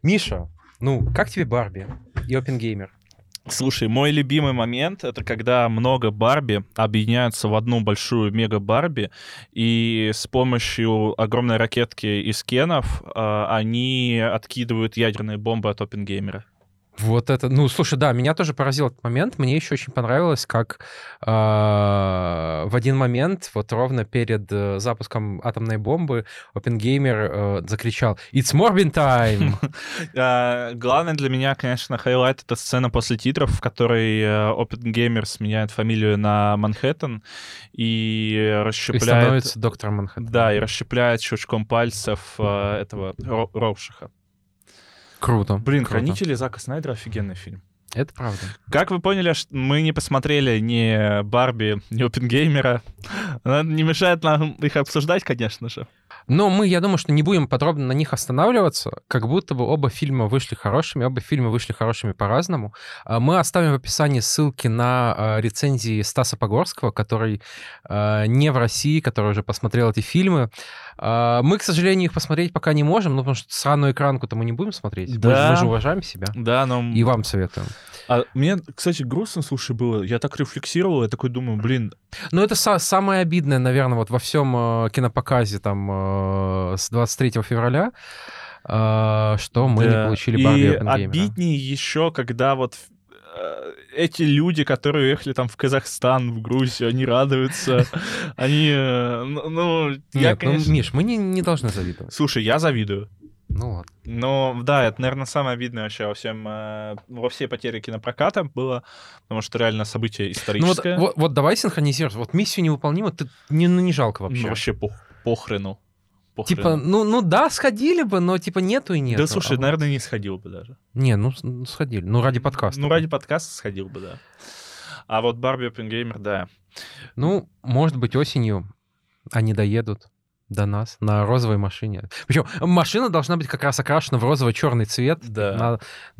Миша, ну, как тебе Барби и Оппенгеймер? Слушай, мой любимый момент — это когда много Барби объединяются в одну большую мега-Барби, и с помощью огромной ракетки из кенов они откидывают ядерные бомбы от Оппенгеймера. Вот это, ну, слушай, да, меня тоже поразил этот момент. Мне еще очень понравилось, как в один момент, вот ровно перед запуском атомной бомбы, Оппенгеймер закричал «It's Morbin time!» Главное для меня, конечно, хайлайт — это сцена после титров, в которой Оппенгеймер сменяет фамилию на Манхэттен и расщепляет... И становится доктором Манхэттен. Да, и расщепляет щелчком пальцев этого Роршаха. Круто. Блин, круто. «Хранители» Зака Снайдера — офигенный фильм. Это правда. Как вы поняли, мы не посмотрели ни Барби, ни Оппенгеймера. Не мешает нам их обсуждать, конечно же. Но я думаю, что не будем подробно на них останавливаться, как будто бы оба фильма вышли хорошими по-разному. Мы оставим в описании ссылки на рецензии Стаса Погорского, который не в России, который уже посмотрел эти фильмы. Мы, к сожалению, их посмотреть пока не можем, потому что сраную экранку-то мы не будем смотреть. Да. Мы же уважаем себя. Да, но... И вам советуем. Мне, кстати, грустно, слушай, было. Я так рефлексировал, я такой думаю, блин... Ну, это самое обидное, наверное, вот во всем кинопоказе там с 23 февраля, что мы не получили Барби и Оппенгеймера. И обиднее еще, когда вот эти люди, которые уехали там в Казахстан, в Грузию, они радуются, они... Нет, конечно... Миш, мы не должны завидовать. Слушай, я завидую. Ну ладно. Но да, это, наверное, самое обидное вообще во всей потере кинопроката было, потому что реально событие историческое. Ну вот давай синхронизировать. Вот «Миссию невыполнима» не жалко вообще. Ну, вообще похрену. Типа, да, сходили бы, но типа нету и нету. Да, слушай, наверное, не сходил бы даже. Не, сходили. Ну, ради подкаста. Ну, ради подкаста сходил бы, да. А вот Барби Оппенгеймер, да. Ну, может быть, осенью они доедут до нас на розовой машине. Причем машина должна быть как раз окрашена в розово-черный цвет. Да.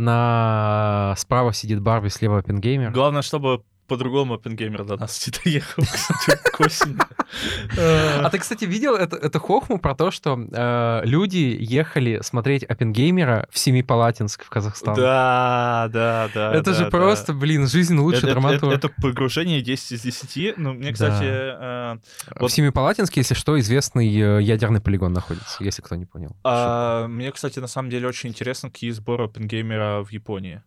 Справа сидит Барби, слева Оппенгеймер. Главное, чтобы по-другому Оппенгеймер до нас не доехал, кстати, к осени. А ты, кстати, видел эту хохму про то, что люди ехали смотреть Оппенгеймера в Семипалатинск в Казахстан? Да. Это же просто, блин, жизнь лучше драматург. Это погружение 10 из 10. Ну, мне, кстати... В Семипалатинске, если что, известный ядерный полигон находится, если кто не понял. Мне, кстати, на самом деле очень интересно, какие сборы Оппенгеймера в Японии.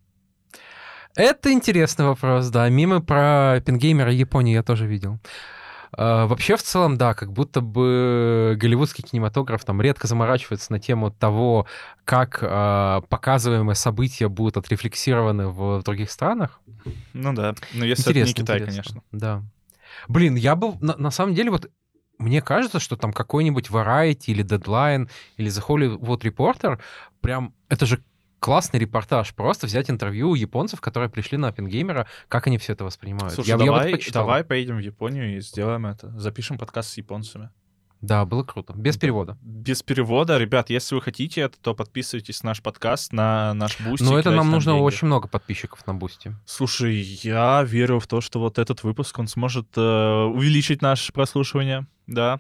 Это интересный вопрос, да. Мемы про Оппенгеймера в Японии я тоже видел. Вообще, в целом, да, как будто бы голливудский кинематограф там редко заморачивается на тему того, как показываемые события будут отрефлексированы в других странах. Ну да, но если это не Китай, конечно. Да. Блин, я бы, на самом деле, вот мне кажется, что там какой-нибудь Variety или Deadline или The Hollywood Reporter, прям, это же классный репортаж. Просто взять интервью у японцев, которые пришли на Оппенгеймера, как они все это воспринимают. Слушай, давай поедем в Японию и сделаем это. Запишем подкаст с японцами. Да, было круто. Без перевода. Без перевода. Ребят, если вы хотите это, то подписывайтесь на наш подкаст, на наш Бусти. Но это нам нужно очень много подписчиков на Бусти. Слушай, я верю в то, что вот этот выпуск, он сможет увеличить наше прослушивание. Да.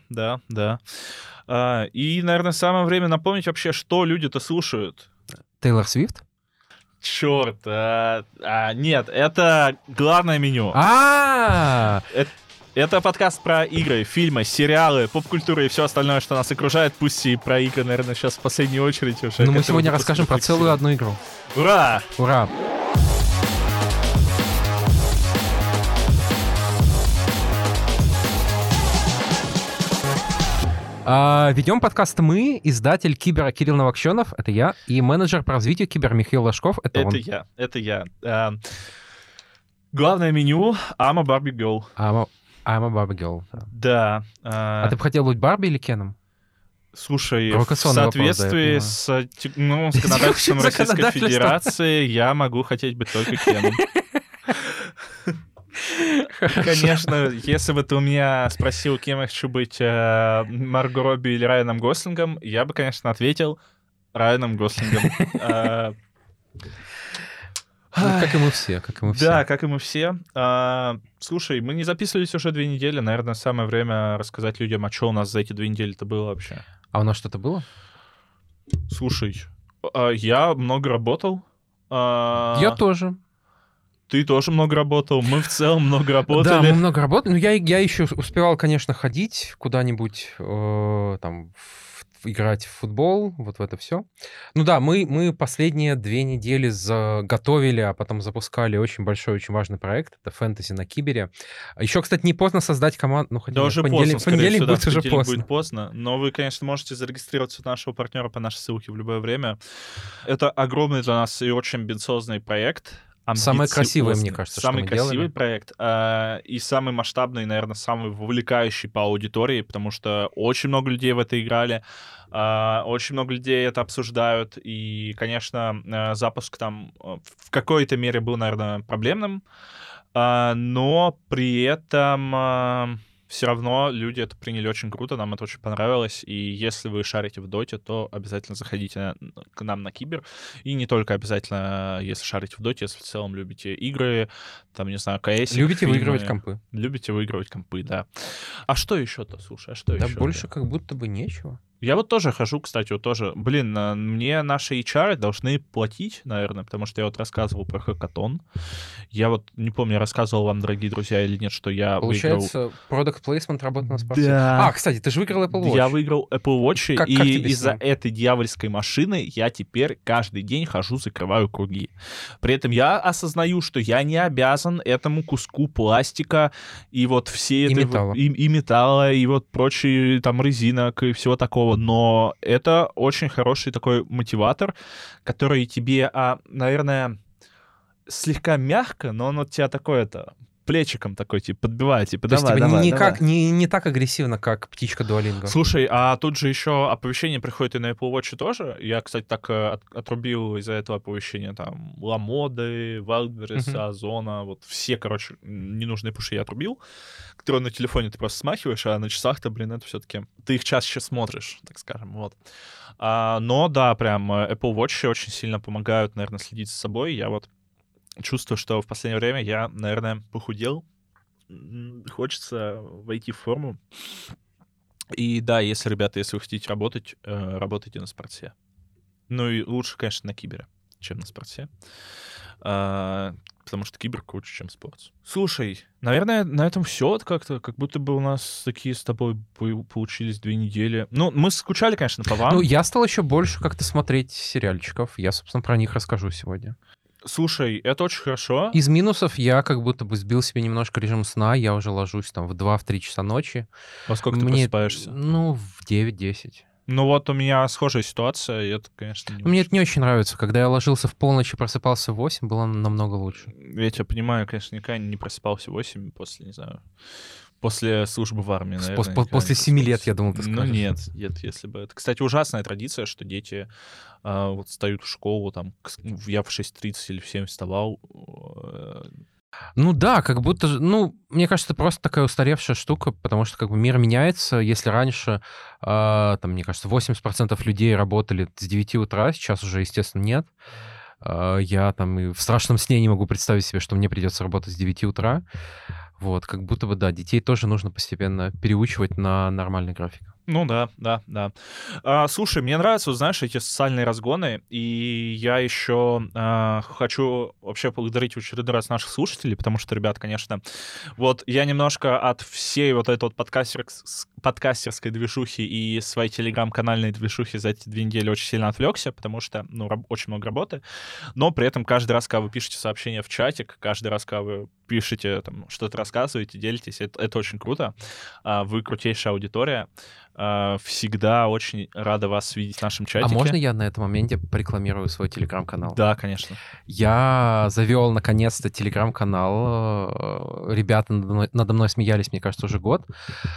И, наверное, самое время напомнить вообще, что люди-то слушают. Тейлор Свифт? Черт, нет, это главное меню. Это подкаст про игры, фильмы, сериалы, поп-культуру и все остальное, что нас окружает. Пусть и про игры, наверное, сейчас в последнюю очередь уже. Но мы сегодня расскажем про целую одну игру. Ура! Ура! Ведем подкаст мы, издатель Кибера Кирилл Новокщенов, это я, и менеджер по развитию Кибера Михаил Ложков, это он. Это я. Главное меню I'm a Barbie Girl. I'm a Barbie Girl. Да. А ты бы хотел быть Барби или Кеном? Слушай, в соответствии с законодательством Российской Федерации я могу хотеть быть только Кеном. Конечно, если бы ты у меня спросил, кем я хочу быть, Марго Робби или Райаном Гослингом, я бы, конечно, ответил Райаном Гослингом. Как и мы все, Да, как и мы все. Слушай, мы не записывались уже 2 недели. Наверное, самое время рассказать людям, а что у нас за эти 2 недели-то было вообще. А у нас что-то было? Слушай, Я много работал. Я тоже. Ты тоже много работал, мы в целом много работали. Да, мы много работали. Но я еще успевал, конечно, ходить куда-нибудь, там, играть в футбол, вот в это все. Ну да, мы последние 2 недели заготовили, а потом запускали очень большой, очень важный проект. Это фэнтези на Кибере. Еще, кстати, не поздно создать команду. Ну, хотя Да, нет, уже понедельник, поздно, понедельник скорее будет всего, уже понедельник поздно. будет поздно. Но вы, конечно, можете зарегистрироваться у нашего партнера по нашей ссылке в любое время. Это огромный для нас и очень амбициозный проект. Самый красивый, мне кажется, самый что мы красивый делали. проект и самый масштабный, наверное, самый вовлекающий по аудитории, потому что очень много людей в это играли, очень много людей это обсуждают, и, конечно, запуск там в какой-то мере был, наверное, проблемным, но при этом все равно люди это приняли очень круто, нам это очень понравилось, и если вы шарите в доте, то обязательно заходите к нам на Кибер, и не только обязательно, если шарите в доте, если в целом любите игры, там, не знаю, КС. Любите выигрывать компы. Любите выигрывать компы, да. А что еще-то, слушай, а что Да еще? больше как будто бы нечего. Я вот тоже хожу, кстати, вот тоже. Блин, мне наши HR должны платить, наверное, потому что я вот рассказывал про хакатон. Я вот не помню, я рассказывал вам, дорогие друзья, или нет, что я Получается, product placement работает на спорте. Да. А, кстати, ты же выиграл Apple Watch. Я выиграл Apple Watch, Как и тебе с из-за ним? этой дьявольской машины я теперь каждый день хожу, закрываю круги. При этом я осознаю, что я не обязан этому куску пластика и вот все И это... металла. И металла, и вот прочие там резинок и всего такого. Но это очень хороший такой мотиватор, который тебе, наверное, слегка мягко, но он от тебя такое-то плечиком такой, типа, подбивает, типа, То есть давай, типа, давай, никак, давай. не так агрессивно, как птичка Дуолинго. Слушай, а тут же еще оповещение приходит и на Apple Watch тоже. Я, кстати, так отрубил из-за этого оповещения там Ламоды, Вайлдберриса, Озона, вот все, короче, ненужные пуши я отрубил, которые на телефоне ты просто смахиваешь, а на часах-то, блин, это все-таки ты их чаще смотришь, так скажем, вот. Но да, прям Apple Watch очень сильно помогают, наверное, следить за собой. Я вот чувствую, что в последнее время я, наверное, похудел. Хочется войти в форму. И да, если, ребята, если вы хотите работать, работайте на спорте. Ну и лучше, конечно, на Кибере, чем на спорте. Потому что Кибер круче, чем спорт. Слушай, наверное, на этом все как-то, как будто бы у нас такие с тобой получились 2 недели. Ну, мы скучали, конечно, по вам. Ну, я стал еще больше как-то смотреть сериальчиков. Я, собственно, про них расскажу сегодня. Слушай, это очень хорошо. Из минусов я как будто бы сбил себе немножко режим сна. Я уже ложусь там в 2-3 часа ночи. Во сколько ты просыпаешься? Ну, в 9-10. Ну вот у меня схожая ситуация, и это, конечно, не Мне это не очень нравится. Когда я ложился в полночь и просыпался в 8, было намного лучше. Я тебя понимаю, конечно, никогда не просыпался в 8 после, не знаю, после службы в армии, наверное. После 7 лет, я думал, ты скажешь. Ну нет, если бы... Это, кстати, ужасная традиция, что дети вот встают в школу, там, я в 6:30 или в 7 вставал. Ну да, как будто... Ну, мне кажется, это просто такая устаревшая штука, потому что как бы мир меняется. Если раньше, там, мне кажется, 80% людей работали с 9 утра, сейчас уже, естественно, нет. Я там и в страшном сне не могу представить себе, что мне придется работать с 9 утра. Вот, как будто бы, да, детей тоже нужно постепенно переучивать на нормальный график. Ну да. Слушай, мне нравятся, вот, знаешь, эти социальные разгоны, и я еще хочу вообще поблагодарить в очередной раз наших слушателей, потому что, ребят, конечно, вот я немножко от всей вот этой вот подкастерской движухи и своей телеграм-канальной движухи за эти 2 недели очень сильно отвлекся, потому что, ну, очень много работы, но при этом каждый раз, когда вы пишете сообщение в чатик, каждый раз, когда вы пишете, там, что-то рассказываете, делитесь, это очень круто. Вы крутейшая аудитория. Всегда очень рада вас видеть в нашем чатике. А можно я на этом моменте порекламирую свой телеграм-канал? Да, конечно. Я завел, наконец-то, телеграм-канал. Ребята надо мной смеялись, мне кажется, уже год.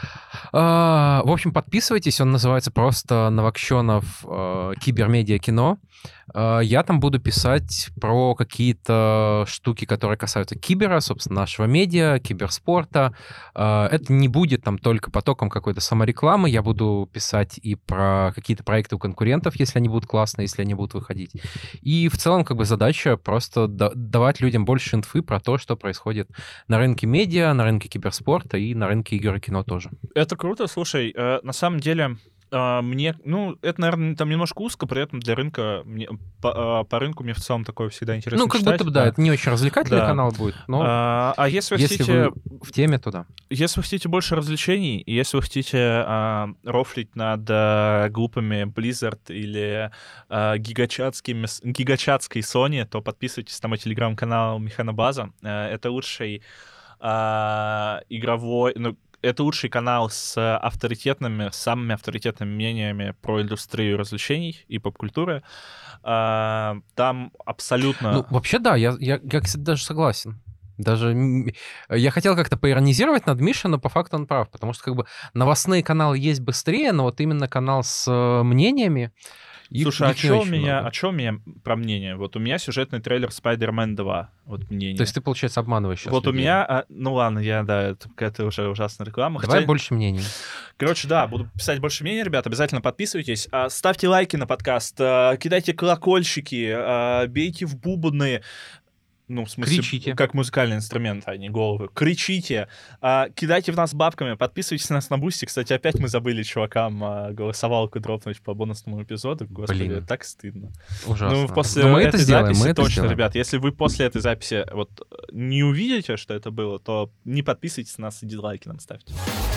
В общем, подписывайтесь. Он называется просто «Новокщенов Кибермедиа кино». Я там буду писать про какие-то штуки, которые касаются кибера, собственно, нашего медиа, киберспорта. Это не будет там только потоком какой-то саморекламы. Я буду писать и про какие-то проекты у конкурентов, если они будут классные, если они будут выходить. И в целом, как бы, задача просто давать людям больше инфы про то, что происходит на рынке медиа, на рынке киберспорта и на рынке игр и кино тоже. Это круто. Слушай, на самом деле... Мне, это, наверное, там немножко узко, при этом для рынка, по рынку мне в целом такое всегда интересно Ну, как читать. будто бы, да, это не очень развлекательный Да. канал будет, но Если вы если хотите... вы в теме, то да. Если вы хотите больше развлечений, и если вы хотите рофлить над глупыми Blizzard или гигачатской Sony, то подписывайтесь на мой телеграм-канал Механобаза. Это лучший игровой... это лучший канал с самыми авторитетными мнениями про индустрию развлечений и поп-культуры. Там абсолютно... Ну, вообще, да, я, кстати, даже согласен. Даже я хотел как-то поиронизировать над Мишей, но по факту он прав, потому что как бы новостные каналы есть быстрее, но вот именно канал с мнениями... Слушай, а что у меня про мнение? Вот у меня сюжетный трейлер Spider-Man 2, вот мнение. То есть ты, получается, обманываешь сейчас Вот людей. у меня... ну ладно, это уже ужасная реклама. Давай больше мнений. Короче, да, буду писать больше мнений, ребят, обязательно подписывайтесь. Ставьте лайки на подкаст, кидайте колокольчики, бейте в бубны. Ну, в смысле, кричите. Как музыкальный инструмент, а не головы. Кричите, кидайте в нас бабками, подписывайтесь на нас на Бусти. Кстати, опять мы забыли чувакам голосовалку дропнуть по бонусному эпизоду. Господи, Блин. Так стыдно. Ужасно. Ну, после Но мы этой это сделаем, записи мы это точно, сделаем. ребят. Если вы после этой записи вот не увидите, что это было, то не подписывайтесь на нас и дизлайки нам ставьте.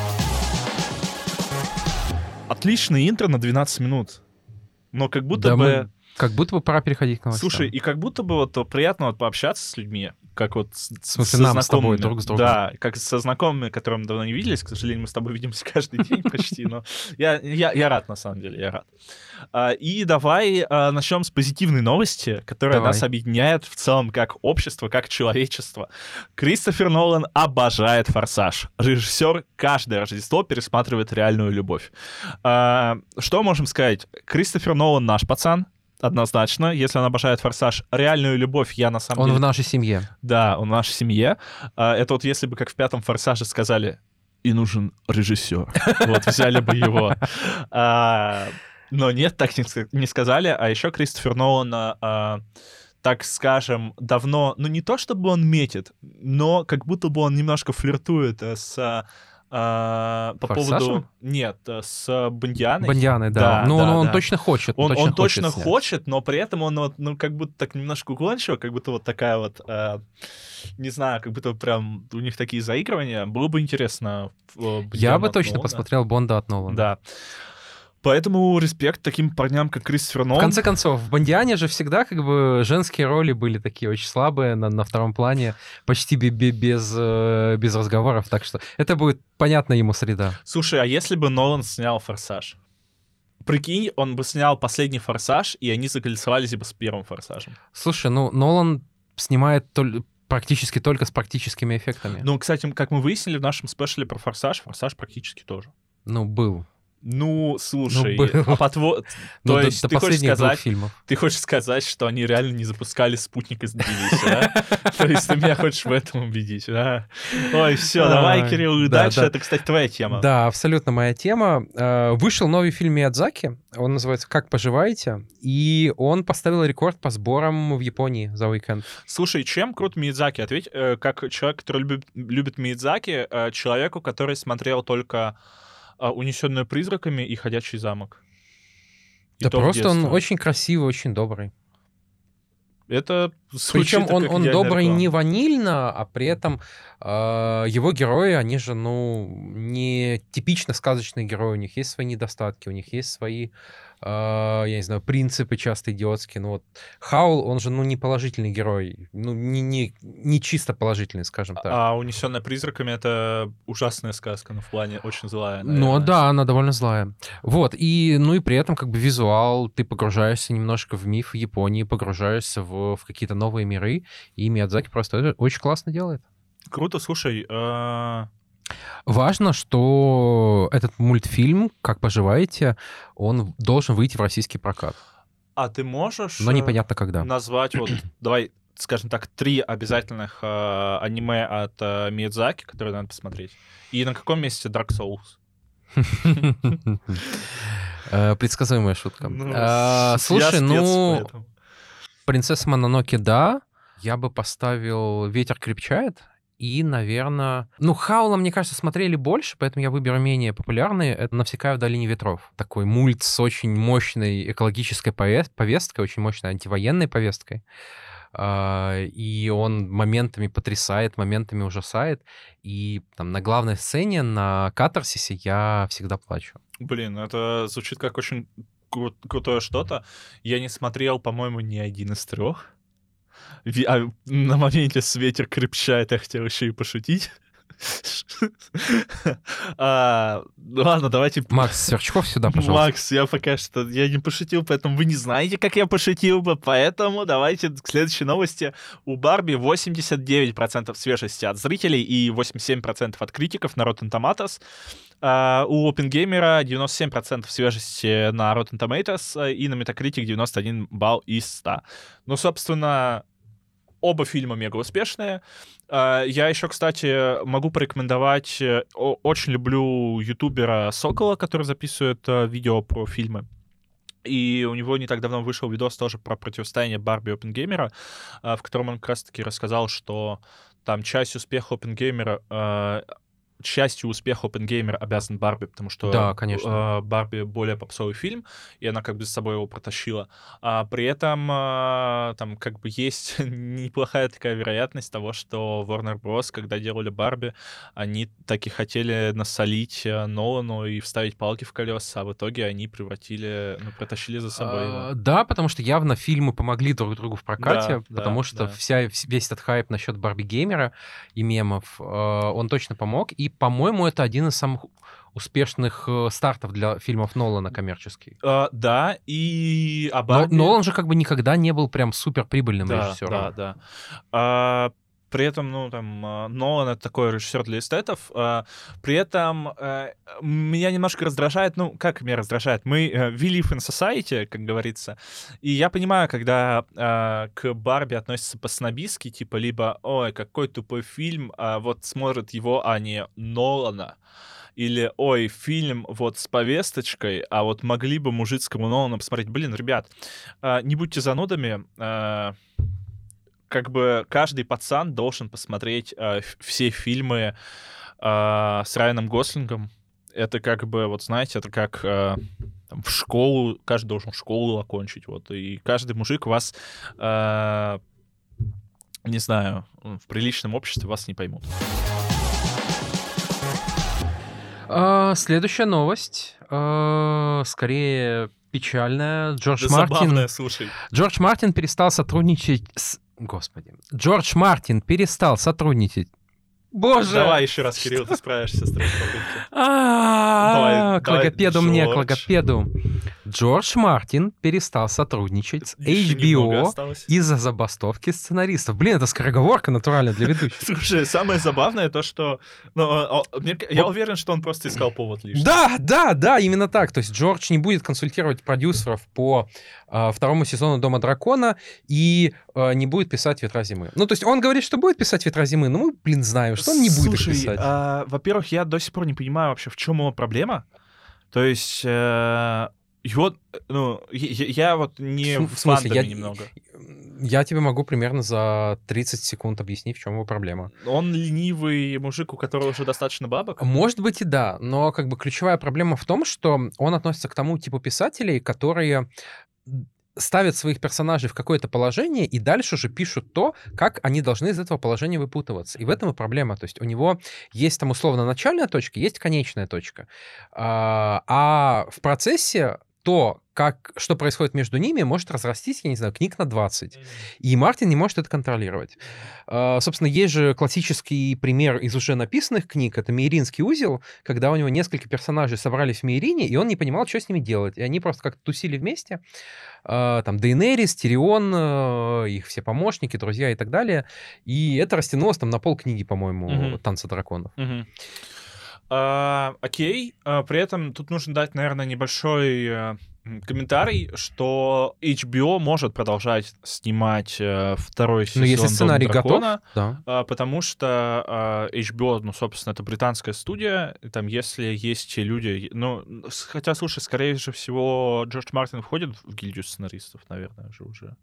Отличное интро на 12 минут. Но как будто бы... Как будто бы пора переходить к новостям. Слушай, и как будто бы вот приятно вот пообщаться с людьми, как вот в смысле, нам с тобой друг с другом. Да, как со знакомыми, которым давно не виделись. К сожалению, мы с тобой видимся каждый день почти, но я рад, на самом деле, я рад. И давай начнем с позитивной новости, которая нас объединяет в целом как общество, как человечество. Кристофер Нолан обожает «Форсаж». Режиссер каждое Рождество пересматривает «Реальную любовь». Что можем сказать? Кристофер Нолан наш пацан. Однозначно, если он обожает «Форсаж», «Реальную любовь» я на самом деле... Он в нашей семье. Да, он в нашей семье. Это вот если бы, как в «Пятом форсаже», сказали, и нужен режиссер. Вот, взяли бы его. Но нет, так не сказали. А еще Кристофер Нолан, так скажем, давно... Ну, не то чтобы он метит, но как будто бы он немножко флиртует с... по поводу... Нет, с Бондианой. Бондианой, да. Ну, он точно хочет. Он точно хочет, но при этом он вот, как будто так немножко уклончиво, как будто вот такая вот... не знаю, как будто прям у них такие заигрывания. Было бы интересно. Я бы точно посмотрел Бонда от Нолана. Да. Поэтому респект таким парням, как Кристофер Нолан. В конце концов, в Бондиане же всегда как бы женские роли были такие очень слабые на втором плане, почти без разговоров, так что это будет понятна ему среда. Слушай, а если бы Нолан снял «Форсаж»? Прикинь, он бы снял последний «Форсаж», и они закольцевались бы с первым «Форсажем». Слушай, ну Нолан снимает практически только с практическими эффектами. Ну, кстати, как мы выяснили в нашем спешле про «Форсаж», «Форсаж» практически тоже. Ну, был. Ну, слушай, то есть ты хочешь сказать, что они реально не запускали спутник из Тбилиси, да? То есть ты меня хочешь в этом убедить, да? Ой, все, давай, Кирилл, дальше. Это, кстати, твоя тема. Да, абсолютно моя тема. Вышел новый фильм Миядзаки, он называется «Как поживаете?», и он поставил рекорд по сборам в Японии за уикенд. Слушай, чем крут Миядзаки? Ответь, как человек, который любит Миядзаки, человеку, который смотрел только... «Унесённую призраками» и «Ходячий замок». Да просто он очень красивый, очень добрый. Это причем он добрый не ванильно, а при этом его герои, они же, не типично сказочные герои. У них есть свои недостатки, у них есть свои, я не знаю, принципы часто идиотские. Вот Хаул, он же, не положительный герой, не чисто положительный, скажем так. А «Унесённая призраками» — это ужасная сказка, но в плане очень злая, наверное. Ну да, она довольно злая. Вот, и при этом как бы визуал, ты погружаешься немножко в миф Японии, погружаешься в какие-то новые миры, и Миядзаки просто это очень классно делает. Круто, слушай. Важно, что этот мультфильм «Как поживаете?», он должен выйти в российский прокат. А ты можешь... Но непонятно когда. Назвать давай, скажем так, 3 обязательных аниме от Миядзаки, которые надо посмотреть. И на каком месте Dark Souls? Предсказуемая шутка. Слушай, «Принцесса Мононоке», да. Я бы поставил «Ветер крепчает». и, наверное... Ну, Хаула, мне кажется, смотрели больше, поэтому я выберу менее популярные. Это «Навсекая в долине ветров». Такой мульт с очень мощной экологической повесткой, очень мощной антивоенной повесткой. И он моментами потрясает, моментами ужасает. И там на главной сцене, на катарсисе я всегда плачу. Блин, это звучит как очень крутое что-то. Я не смотрел, по-моему, ни один из 3. На моменте ветер крепчает, я хотел еще и пошутить. Ладно, давайте... Макс Сверчков сюда, пожалуйста. Макс, я не пошутил, поэтому вы не знаете, как я пошутил бы, поэтому давайте к следующей новости. У Барби 89% свежести от зрителей и 87% от критиков на Rotten Tomatoes. У Оппенгеймера 97% свежести на Rotten Tomatoes и на Metacritic 91 балл из 100. Ну, собственно, оба фильма мега успешные. Я еще, кстати, могу порекомендовать... Очень люблю ютубера Сокола, который записывает видео про фильмы. И у него не так давно вышел видос тоже про противостояние Барби и Оппенгеймера, в котором он как раз-таки рассказал, что там часть успеха Оппенгеймера... Частью успеха Оппенгеймер обязан Барби, потому что Да, конечно. Барби более попсовый фильм, и она как бы с собой его протащила. А при этом там как бы есть неплохая такая вероятность того, что Warner Bros., когда делали Барби, они таки хотели насолить Нолану и вставить палки в колеса, а в итоге они протащили за собой его. Да, потому что явно фильмы помогли друг другу в прокате, Да, потому что весь этот хайп насчет Барби-геймера и мемов, он точно помог, и, по-моему, это один из самых успешных стартов для фильмов Нолана коммерческих. Да, и... Барби... Нолан же как бы никогда не был прям супер прибыльным режиссером. Да. При этом, Нолан — это такой режиссер для эстетов. При этом меня немножко раздражает, как меня раздражает? Мы we live in society, как говорится. И я понимаю, когда к Барби относятся по-снобистски, типа либо «Ой, какой тупой фильм», а вот смотрят его, а не Нолана. Или «Ой, фильм вот с повесточкой, а вот могли бы мужицкому Нолану посмотреть». Блин, ребят, не будьте занудами. Как бы каждый пацан должен посмотреть все фильмы с Райаном Гослингом. Это как бы, вот знаете, это как в школу, каждый должен школу окончить, вот, и каждый мужик вас, не знаю, в приличном обществе вас не поймут. Следующая новость, скорее печальная. Забавная, слушай. Джордж Мартин перестал сотрудничать с... Господи. Джордж Мартин перестал сотрудничать... Боже! Давай еще раз, Кирилл, ты справишься с третьей попыткой. К логопеду мне, к логопеду. Джордж Мартин перестал сотрдоотечить с HBO из-за забастовки сценаристов. Блин, это скороговорка натурально для ведущих. Слушай, самое забавное то, что... Я уверен, что он просто искал повод лишний. Да, именно так. То есть Джордж не будет консультировать продюсеров по второму сезону «Дома дракона» и не будет писать «Ветра зимы». Ну, то есть он говорит, что будет писать «Ветра зимы», но мы, знаем, что он не будет их писать. Во-первых, я до сих пор не понимаю вообще, в чем его проблема. То есть... Его, я вот не в фандоме немного. Я тебе могу примерно за 30 секунд объяснить, в чем его проблема. Он ленивый мужик, у которого уже достаточно бабок? Может быть и да, но как бы ключевая проблема в том, что он относится к тому типу писателей, которые ставят своих персонажей в какое-то положение и дальше уже пишут то, как они должны из этого положения выпутываться. И в этом и проблема. То есть у него есть там условно начальная точка, есть конечная точка. А в процессе то, что происходит между ними, может разрастись, я не знаю, книг на 20. И Мартин не может это контролировать. Собственно, есть же классический пример из уже написанных книг. Это «Мейринский узел», когда у него несколько персонажей собрались в Мейрине, и он не понимал, что с ними делать. И они просто как-то тусили вместе. Там Дейенерис, Тирион, их все помощники, друзья и так далее. И это растянулось там на полкниги, по-моему, «Танца драконов». Окей. При этом тут нужно дать, наверное, небольшой комментарий, что HBO может продолжать снимать второй сезон если сценарий «Дома дракона», готов, да. Потому что HBO, собственно, это британская студия, и там, если есть люди... хотя, слушай, скорее же всего, Джордж Мартин входит в гильдию сценаристов, наверное, же уже.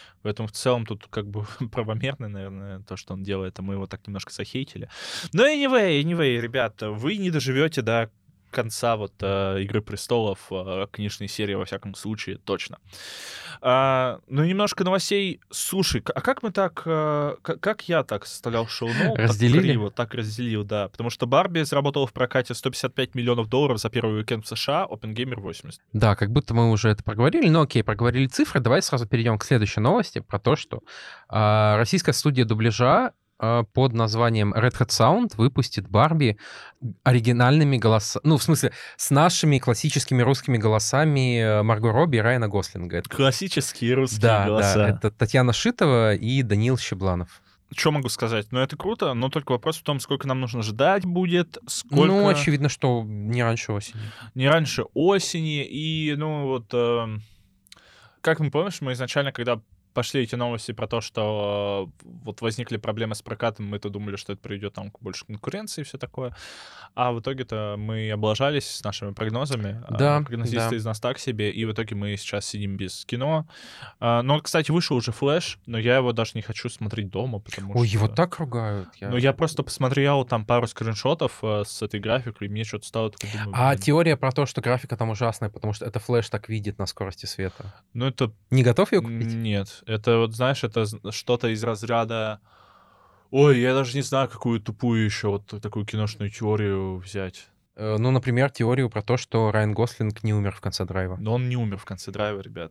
Поэтому в целом тут как бы правомерно, наверное, то, что он делает, а мы его так немножко захейтили. Но anyway, ребята, вы не доживете до конца вот «Игры престолов», книжной серии, во всяком случае, точно. Ну, немножко новостей. Слушай, а как мы так... как я так составлял шоу-ноут? Разделили? Так разделил, да. Потому что «Барби» заработала в прокате $155 миллионов за первый уикенд в США, «Оппенгеймер» 80. Да, как будто мы уже это проговорили. Но окей, проговорили цифры. Давай сразу перейдем к следующей новости про то, что российская студия дубляжа под названием Red Hat Sound выпустит Барби оригинальными голосами, ну, в смысле, с нашими классическими русскими голосами Марго Робби и Райана Гослинга. Классические русские голоса. Да, это Татьяна Шитова и Даниил Щебланов. Что могу сказать? Ну, это круто, но только вопрос в том, сколько нам нужно ждать будет, сколько... Ну, очевидно, что не раньше осени. Не раньше осени, и, ну, вот... как мы помнишь, мы изначально, когда пошли эти новости про то, что вот возникли проблемы с прокатом, мы-то думали, что это приведет там к больше конкуренции и все такое. А в итоге-то мы облажались с нашими прогнозами. Да, прогнозисты да. из нас так себе, и в итоге мы сейчас сидим без кино. Но, кстати, вышел уже «Флэш», но я его даже не хочу смотреть дома, потому Ой, что... его так ругают. Ну, я просто посмотрел там пару скриншотов с этой графикой, и мне что-то стало такое, думаю, А блин, теория про то, что графика там ужасная, потому что это Флэш так видит на скорости света. ну, это... Не готов ее купить? Нет, это вот, знаешь, это что-то из разряда... Ой, я даже не знаю, какую тупую еще вот такую киношную теорию взять. Ну, например, теорию про то, что Райан Гослинг не умер в конце драйва. Но он не умер в конце драйва, ребят.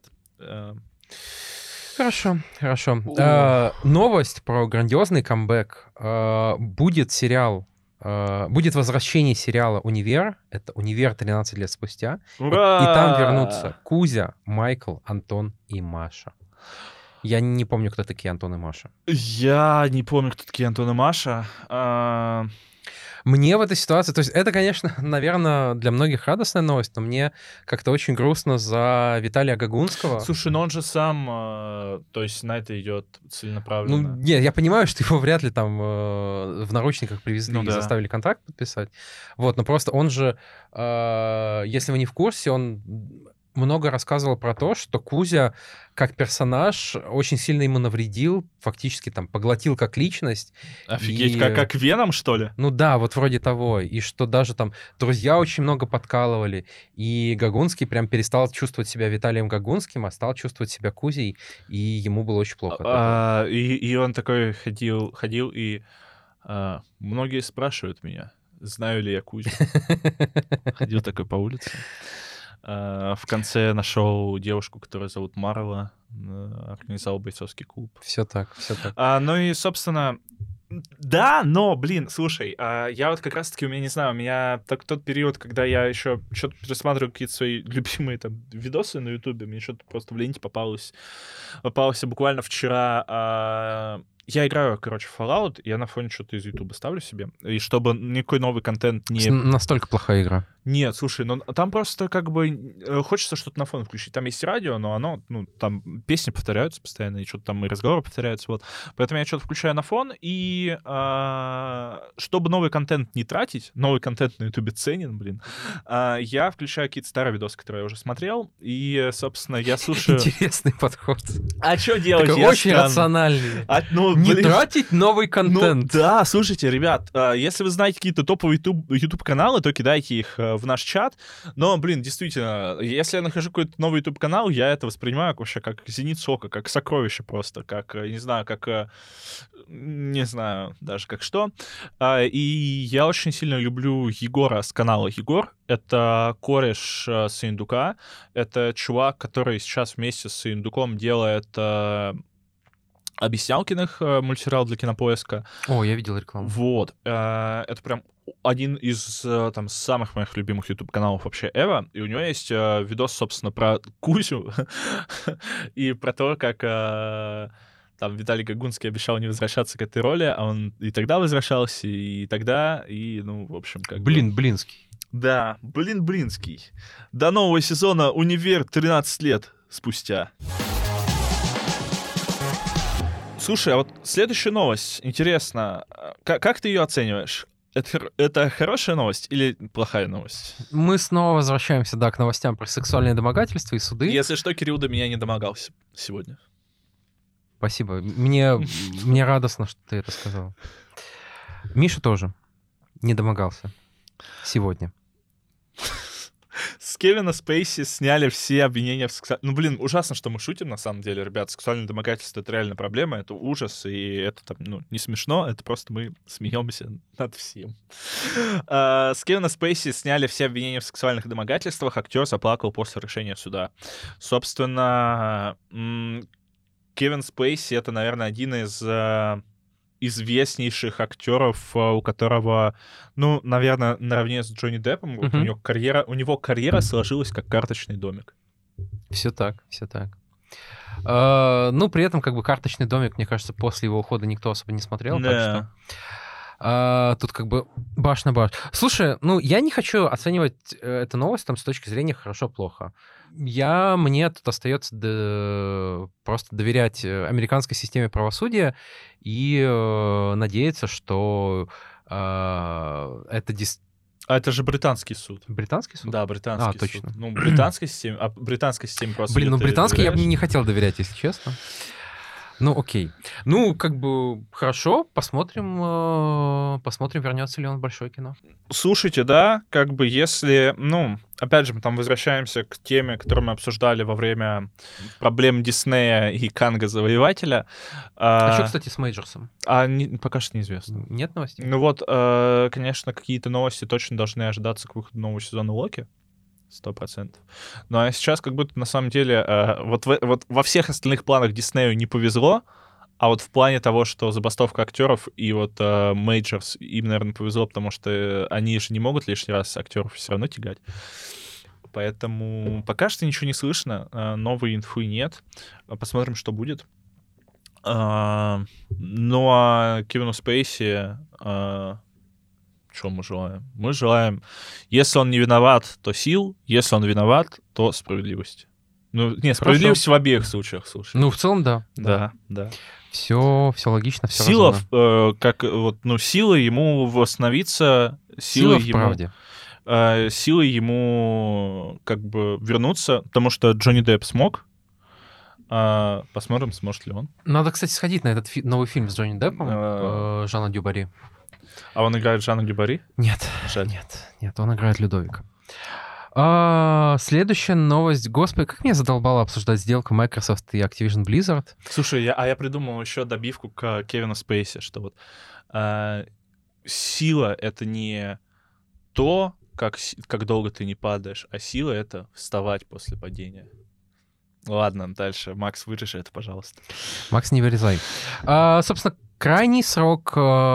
Хорошо. Новость про грандиозный камбэк. Будет сериал, будет возвращение сериала «Универ». Это «Универ» 13 лет спустя. Ура! И там вернутся Кузя, Майкл, Антон и Маша. Я не помню, кто такие Антон и Маша. Я не помню, кто такие Антон и Маша. Мне в этой ситуации, то есть это, конечно, наверное, для многих радостная новость, но мне как-то очень грустно за Виталия Гагунского. Слушай, но он же сам, то есть на это идет целенаправленно. Ну, нет, я понимаю, что его вряд ли там в наручниках привезли и да. заставили контракт подписать. Вот, но просто он же, если вы не в курсе, он много рассказывал про то, что Кузя как персонаж очень сильно ему навредил, фактически там поглотил как личность. Офигеть, и... как Веном, что ли? Ну да, вот вроде того. И что даже там друзья очень много подкалывали, и Гагунский прям перестал чувствовать себя Виталием Гагунским, а стал чувствовать себя Кузей, и ему было очень плохо. И он такой ходил, и многие спрашивают меня, знаю ли я Кузю. Ходил такой по улице. В конце нашел девушку, которую зовут Марла, организовал бойцовский клуб. Все так, все так. Ну и, собственно, да, но, блин, слушай, я вот как раз-таки, не знаю, у меня тот период, когда я еще что-то пересматриваю какие-то свои любимые там видосы на Ютубе, мне что-то просто в ленте попалось буквально вчера. Я играю, короче, в Fallout, я на фоне что-то из Ютуба ставлю себе, и чтобы никакой новый контент не... Настолько плохая игра. Нет, слушай, ну там просто как бы хочется что-то на фон включить. Там есть радио, но оно, ну, там песни повторяются постоянно, и что-то там и разговоры повторяются, вот. Поэтому я что-то включаю на фон, и чтобы новый контент не тратить, новый контент на Ютубе ценен, блин, я включаю какие-то старые видосы, которые я уже смотрел, и, собственно, я слушаю... Интересный подход. А что делать? Такой очень рациональный. Не тратить новый контент. Ну, да, слушайте, ребят, если вы знаете какие-то топовые YouTube-каналы, то кидайте их в наш чат. Но, блин, действительно, если я нахожу какой-то новый YouTube-канал, я это воспринимаю вообще как зеницу ока, как сокровище просто, как, не знаю, как... Не знаю даже как что. И я очень сильно люблю Егора с канала Егор. Это кореш Саиндука. Это чувак, который сейчас вместе с Саиндуком делает... объяснялкиных мультсериал для Кинопоиска. О, я видел рекламу. Вот. Это прям один из там самых моих любимых YouTube-каналов вообще ever. И у него есть видос, собственно, про Кузю и про то, как там Виталий Гагунский обещал не возвращаться к этой роли, а он и тогда возвращался, и тогда, и, ну, в общем, как Блинский. Да, Блинский. До нового сезона «Универ» 13 лет спустя. Слушай, а вот следующая новость, интересно, как ты ее оцениваешь? Это хорошая новость или плохая новость? Мы снова возвращаемся, да, к новостям про сексуальное домогательство и суды. Если что, Кирилл до меня не домогался сегодня. Спасибо. Мне радостно, что ты это сказал. Миша тоже не домогался сегодня. С Кевина Спейси сняли все обвинения в сексуальном... Ну, блин, ужасно, что мы шутим, на самом деле, ребят. Сексуальное домогательство — это реально проблема, это ужас, и это там, ну, не смешно, это просто мы смеемся над всем. С Кевина Спейси сняли все обвинения в сексуальных домогательствах, актер заплакал после решения суда. Собственно, Кевин Спейси — это, наверное, один из известнейших актеров, у которого, ну, наверное, наравне с Джонни Деппом, вот у него карьера сложилась как карточный домик. Все так. Ну, при этом, как бы, «Карточный домик», мне кажется, после его ухода никто особо не смотрел, так что тут как бы баш на баш. Слушай, ну, я не хочу оценивать эту новость там с точки зрения хорошо-плохо. Мне тут остается просто доверять американской системе правосудия и надеяться, что это А это же британский суд. Британский суд? Да, британский суд. Точно. Ну, британской системе просто... Блин, ну британский я бы не хотел доверять, если честно. Ну, окей. Ну, как бы, хорошо, посмотрим, вернется ли он в большое кино. Слушайте, да, как бы если, ну, опять же, мы там возвращаемся к теме, которую мы обсуждали во время проблем Диснея и Канга Завоевателя. А что, кстати, с Мейджорсом? Пока что неизвестно. Нет новостей? Ну вот, конечно, какие-то новости точно должны ожидаться к выходу нового сезона Локи. 100%. Ну а сейчас как будто на самом деле вот во всех остальных планах Диснею не повезло, а вот в плане того, что забастовка актеров и вот Мейджорс им, наверное, повезло, потому что они же не могут лишний раз актеров все равно тягать. Поэтому пока что ничего не слышно, новой инфы нет. Посмотрим, что будет. Ну а Кевину Спейси... Что мы желаем? Мы желаем, если он не виноват, то сил, если он виноват, то справедливости. Ну, не, справедливость в обеих случаях, слушай. Ну, в целом, да. Да. Все логично, все сила, разумно. Сила ему восстановиться, сила в правде. Силой ему как бы вернуться, потому что Джонни Депп смог. Посмотрим, сможет ли он. Надо, кстати, сходить на этот новый фильм с Джонни Деппом, Жана Дюбари. А он играет Жанна Дюбари? Нет. Жаль. Нет, он играет Людовика. Следующая новость. Господи, как меня задолбало обсуждать сделку Microsoft и Activision Blizzard. Слушай, я придумал еще добивку к Кевину Спейси, что вот сила — это не то, как долго ты не падаешь, а сила — это вставать после падения. Ладно, дальше. Макс, вырежи это, пожалуйста. Макс, не вырезай. Собственно, крайний срок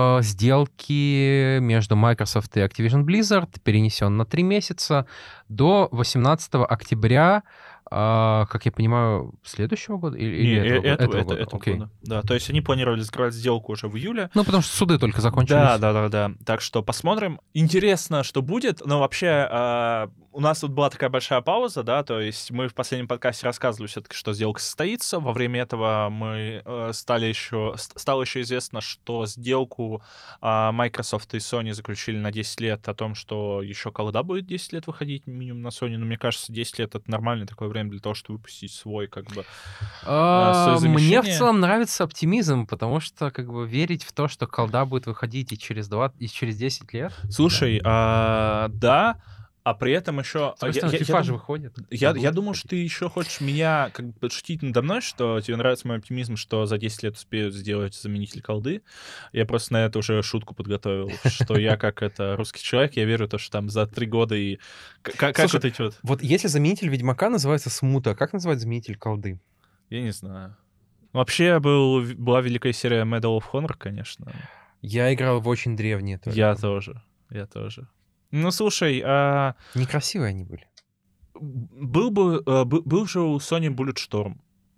сделки между Microsoft и Activision Blizzard перенесен на 3 месяца до 18 октября, как я понимаю, следующего года? Или этого года? Года. Да, то есть они планировали закрывать сделку уже в июле. Ну, потому что суды только закончились. Да. Так что посмотрим. Интересно, что будет. Но вообще у нас тут была такая большая пауза, да, то есть мы в последнем подкасте рассказывали все-таки, что сделка состоится. Во время этого стало еще известно, что сделку Microsoft и Sony заключили на 10 лет о том, что еще колда будет 10 лет выходить минимум на Sony. Но мне кажется, 10 лет — это нормальное такое время для того, чтобы выпустить свой, как бы, мне в целом нравится оптимизм, потому что, как бы, верить в то, что колда будет выходить и через 10 лет. Слушай, да. А при этом еще... FIFA же выходит. Я думал, что ты еще хочешь меня как бы подшутить надо мной, что тебе нравится мой оптимизм, что за 10 лет успеют сделать заменитель колды. Я просто на это уже шутку подготовил, что я как русский человек, я верю в то, что там за 3 года и... Как вот эти вот... Вот если заменитель Ведьмака называется Смута, как называть заменитель колды? Я не знаю. Вообще была великая серия Medal of Honor, конечно. Я играл в очень древние только. Я тоже. Ну, слушай... Некрасивые они были. Был же у Sony Bulletstorm.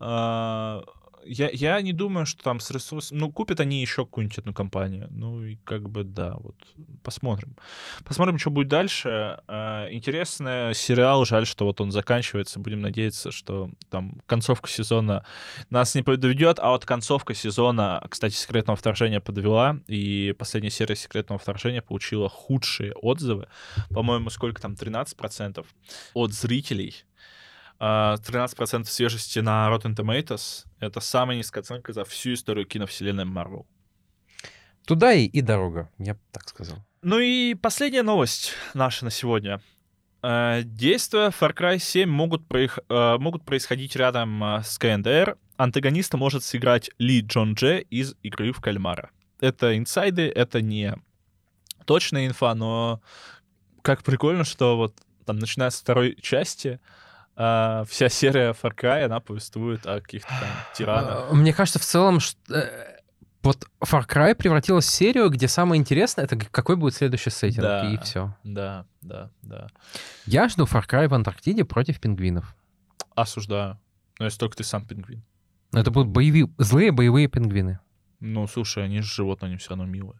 Я не думаю, что там с ресурсом... Ну, купят они еще какую-нибудь одну компанию. Ну, и как бы, да, вот, посмотрим. Посмотрим, что будет дальше. Интересный сериал. Жаль, что вот он заканчивается. Будем надеяться, что там концовка сезона нас не подведет. А вот концовка сезона, кстати, «Секретного вторжения» подвела. И последняя серия «Секретного вторжения» получила худшие отзывы. По-моему, сколько там, 13% от зрителей. 13% свежести на Rotten Tomatoes. Это самая низкая оценка за всю историю киновселенной Marvel. Туда и дорога, я бы так сказал. Ну и последняя новость наша на сегодня. Действия Far Cry 7 могут происходить рядом с КНДР. Антагониста может сыграть Ли Джон Дже из «Игры в кальмара». Это инсайды, это не точная инфа, но как прикольно, что вот там, начиная с второй части, вся серия Far Cry, она повествует о каких-то там тиранах. Мне кажется, в целом, вот Far Cry превратилась в серию, где самое интересное — это какой будет следующий сеттинг, Да, и все. Да. Я жду Far Cry в Антарктиде против пингвинов. Осуждаю. Но если только ты сам пингвин. Это будут злые боевые пингвины. Ну, слушай, они же животные, они все равно милые.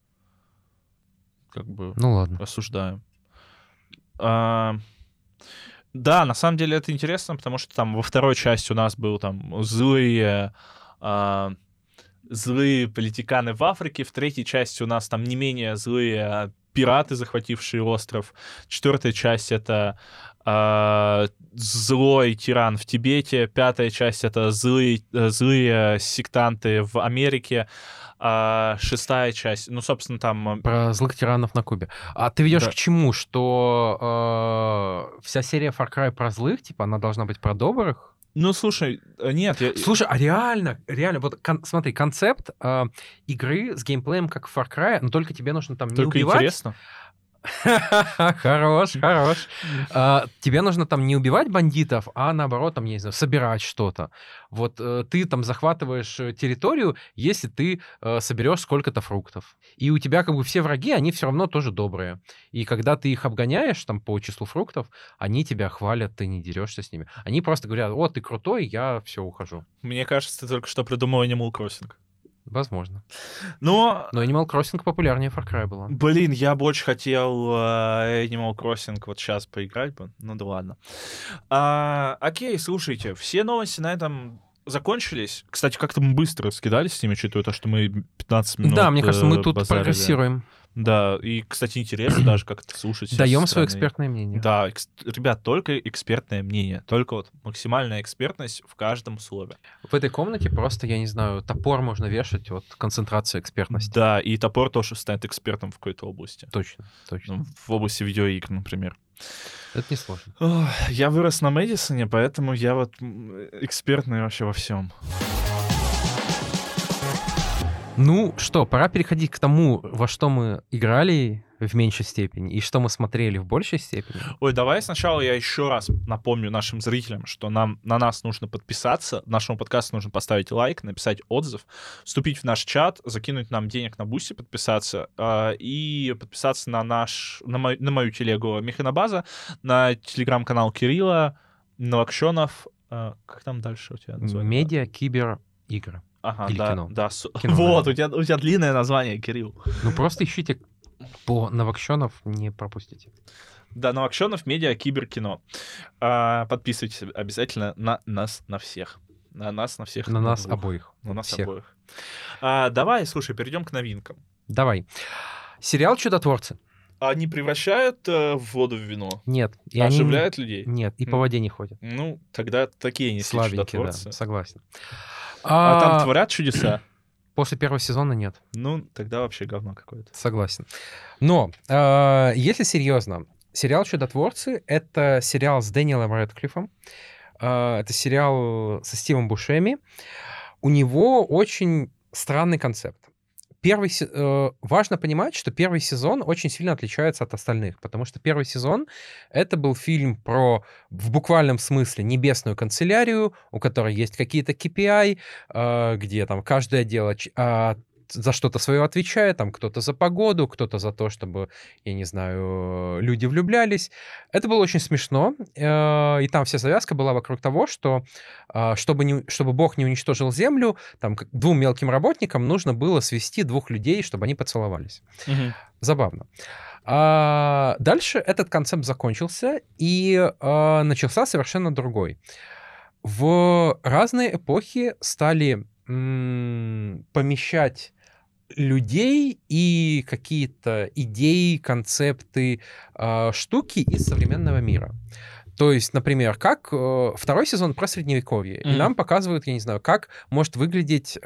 Как бы Ну ладно. осуждаю. Да, на самом деле это интересно, потому что там во второй части у нас был там злые политиканы в Африке, в третьей части у нас там не менее злые пираты, захватившие остров. Четвертая часть — это злой тиран в Тибете. Пятая часть — это злые сектанты в Америке. Шестая часть, ну, собственно, там... Про злых тиранов на Кубе. А ты ведешь Да. к чему? Что вся серия Far Cry про злых, типа, она должна быть про добрых? Ну, слушай, нет. Слушай, а реально, вот смотри, концепт игры с геймплеем как в Far Cry, но только тебе нужно там не Только убивать. интересно. Хорош. Тебе нужно там не убивать бандитов, а наоборот, там, я не знаю, собирать что-то. Вот ты там захватываешь территорию, если ты соберешь сколько-то фруктов. И у тебя как бы все враги, они все равно тоже добрые. И когда ты их обгоняешь там по числу фруктов, они тебя хвалят, ты не дерешься с ними. Они просто говорят: о, ты крутой, я все, ухожу. Мне кажется, ты только что придумал Animal Crossing. Возможно. Но Animal Crossing популярнее Far Cry была. Блин, я больше хотел Animal Crossing вот сейчас поиграть бы. Ну да ладно. Окей, слушайте, все новости на этом закончились. Кстати, как-то мы быстро скидались с ними, учитывая то, что мы 15 минут Да, мне кажется, мы тут базарили. прогрессируем. Да, и, кстати, интересно даже, как это слушать. Даем свое экспертное мнение. Да, ребят, только экспертное мнение. Только вот максимальная экспертность в каждом слове. В этой комнате просто, я не знаю, топор можно вешать от концентрации экспертности. Да, и топор тоже станет экспертом в какой-то области. Точно. Ну, в области видеоигр, например. Это несложно. Я вырос на Мэдисоне, поэтому я вот экспертный вообще во всем. Ну что, пора переходить к тому, во что мы играли в меньшей степени и что мы смотрели в большей степени. Ой, давай сначала я еще раз напомню нашим зрителям, что на нас нужно подписаться, нашему подкасту нужно поставить лайк, написать отзыв, вступить в наш чат, закинуть нам денег на Бусти, подписаться и подписаться на мою телегу Механобаза, на телеграм-канал Кирилла, Новокшенов. Как там дальше у тебя называется? Медиа, кибер, игры. Ага, или да, кино. да. Кино, вот, да. у тебя длинное название, Кирилл. Ну просто ищите по Новокшенов, не пропустите. Да, Новокшенов, медиа, киберкино. Подписывайтесь обязательно на нас, на всех. На нас, на всех. На нас обоих. На нас всех. обоих. Давай, слушай, перейдем к новинкам. Давай. Сериал «Чудотворцы». Они превращают воду в вино? Нет. И оживляют людей? Нет, и по воде не ходят. Ну, тогда такие не чудотворцы. Да, согласен. А там творят чудеса? После первого сезона нет. Ну, тогда вообще говно какое-то. Согласен. Но, если серьезно, сериал «Чудотворцы» — это сериал с Дэниелом Рэдклиффом. Это сериал со Стивом Бушеми. У него очень странный концепт. Важно понимать, что первый сезон очень сильно отличается от остальных, потому что первый сезон — это был фильм про, в буквальном смысле, небесную канцелярию, у которой есть какие-то KPI, где там каждое дело за что-то свое отвечает, там кто-то за погоду, кто-то за то, чтобы, я не знаю, люди влюблялись. Это было очень смешно, и там вся завязка была вокруг того, что чтобы Бог не уничтожил землю, там двум мелким работникам нужно было свести двух людей, чтобы они поцеловались. Угу. Забавно. Дальше этот концепт закончился, и начался совершенно другой. В разные эпохи стали помещать людей и какие-то идеи, концепты, штуки из современного мира. То есть, например, как второй сезон про Средневековье, и нам показывают, я не знаю, как может выглядеть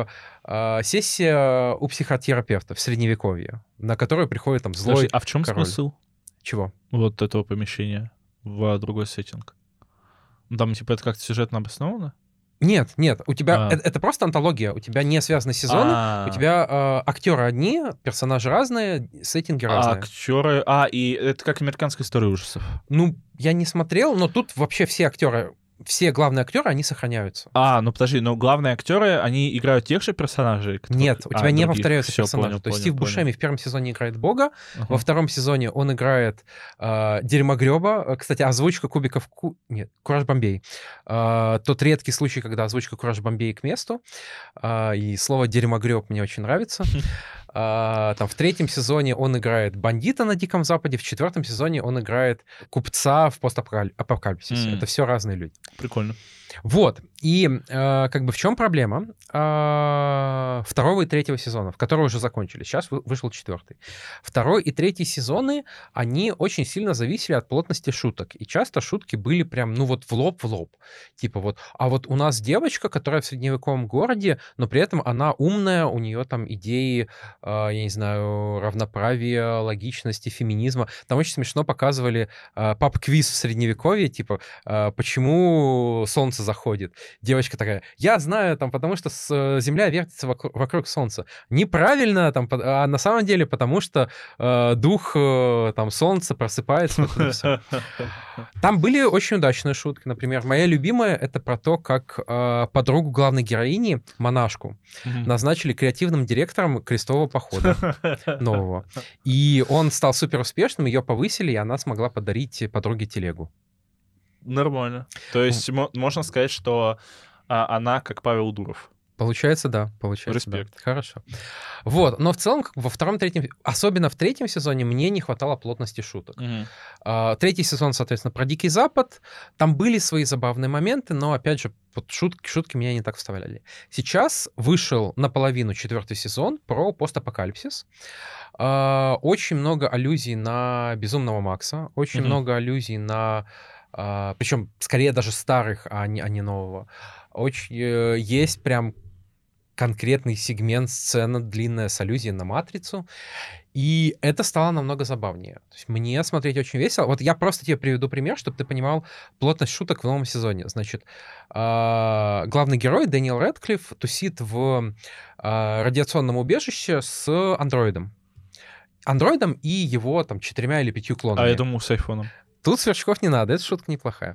сессия у психотерапевта в Средневековье, на которую приходит там злой Подожди, а в чем король. смысл Чего? вот этого помещения в другой сеттинг? Там, типа, это как-то сюжетно обосновано? Нет, у тебя это просто антология, у тебя не связаны сезоны, у тебя актеры одни, персонажи разные, сеттинги разные. Актеры... и это как американская история ужасов. Ну, я не смотрел, но тут вообще все актеры, все главные актеры, они сохраняются. Ну подожди, но главные актеры, они играют тех же персонажей? Нет, у тебя не повторяются персонажи. Понял, То есть Стив Бушеми в первом сезоне играет Бога, Ага. во втором сезоне он играет Дерьмогрёба. Кстати, озвучка кубиков... Нет, Кураж Бомбей. Тот редкий случай, когда озвучка Кураж Бомбей к месту. И слово Дерьмогрёб мне очень нравится. Там в третьем сезоне он играет бандита на Диком Западе, в четвертом сезоне он играет купца в постапокалипсисе. Это все разные люди. Прикольно. Вот. И как бы в чем проблема второго и третьего сезонов, которые уже закончились. Сейчас вышел четвертый. Второй и третий сезоны, они очень сильно зависели от плотности шуток. И часто шутки были прям, ну вот в лоб. Типа вот, а вот у нас девочка, которая в средневековом городе, но при этом она умная, у нее там идеи, я не знаю, равноправия, логичности, феминизма. Там очень смешно показывали паб-квиз в средневековье, типа, почему солнце заходит. Девочка такая, я знаю, там, потому что Земля вертится вокруг Солнца. Неправильно, там, а на самом деле потому что дух там Солнца просыпается. Там были очень удачные шутки. Например, моя любимая — это про то, как подругу главной героини, монашку, назначили креативным директором крестового похода нового. И он стал супер успешным, ее повысили, и она смогла подарить подруге телегу. Нормально. То есть можно сказать, что она как Павел Дуров. Получается, да. Получается, респект. Да. Хорошо. Вот. Но в целом, во втором, третьем, особенно в третьем сезоне, мне не хватало плотности шуток. Третий сезон, соответственно, про Дикий Запад. Там были свои забавные моменты, но, опять же, вот шутки меня не так вставляли. Сейчас вышел наполовину четвертый сезон про постапокалипсис. Очень много аллюзий на Безумного Макса. Очень много аллюзий на... причем скорее даже старых, а не нового. Очень есть прям конкретный сегмент, сцена длинная с аллюзией на «Матрицу», и это стало намного забавнее. То есть мне смотреть очень весело. Вот я просто тебе приведу пример, чтобы ты понимал плотность шуток в новом сезоне. Значит, главный герой Дэниел Рэдклифф тусит в радиационном убежище с андроидом. Андроидом и его там 4 или 5 клонами. Я думал, с айфоном. Тут сверчков не надо, эта шутка неплохая.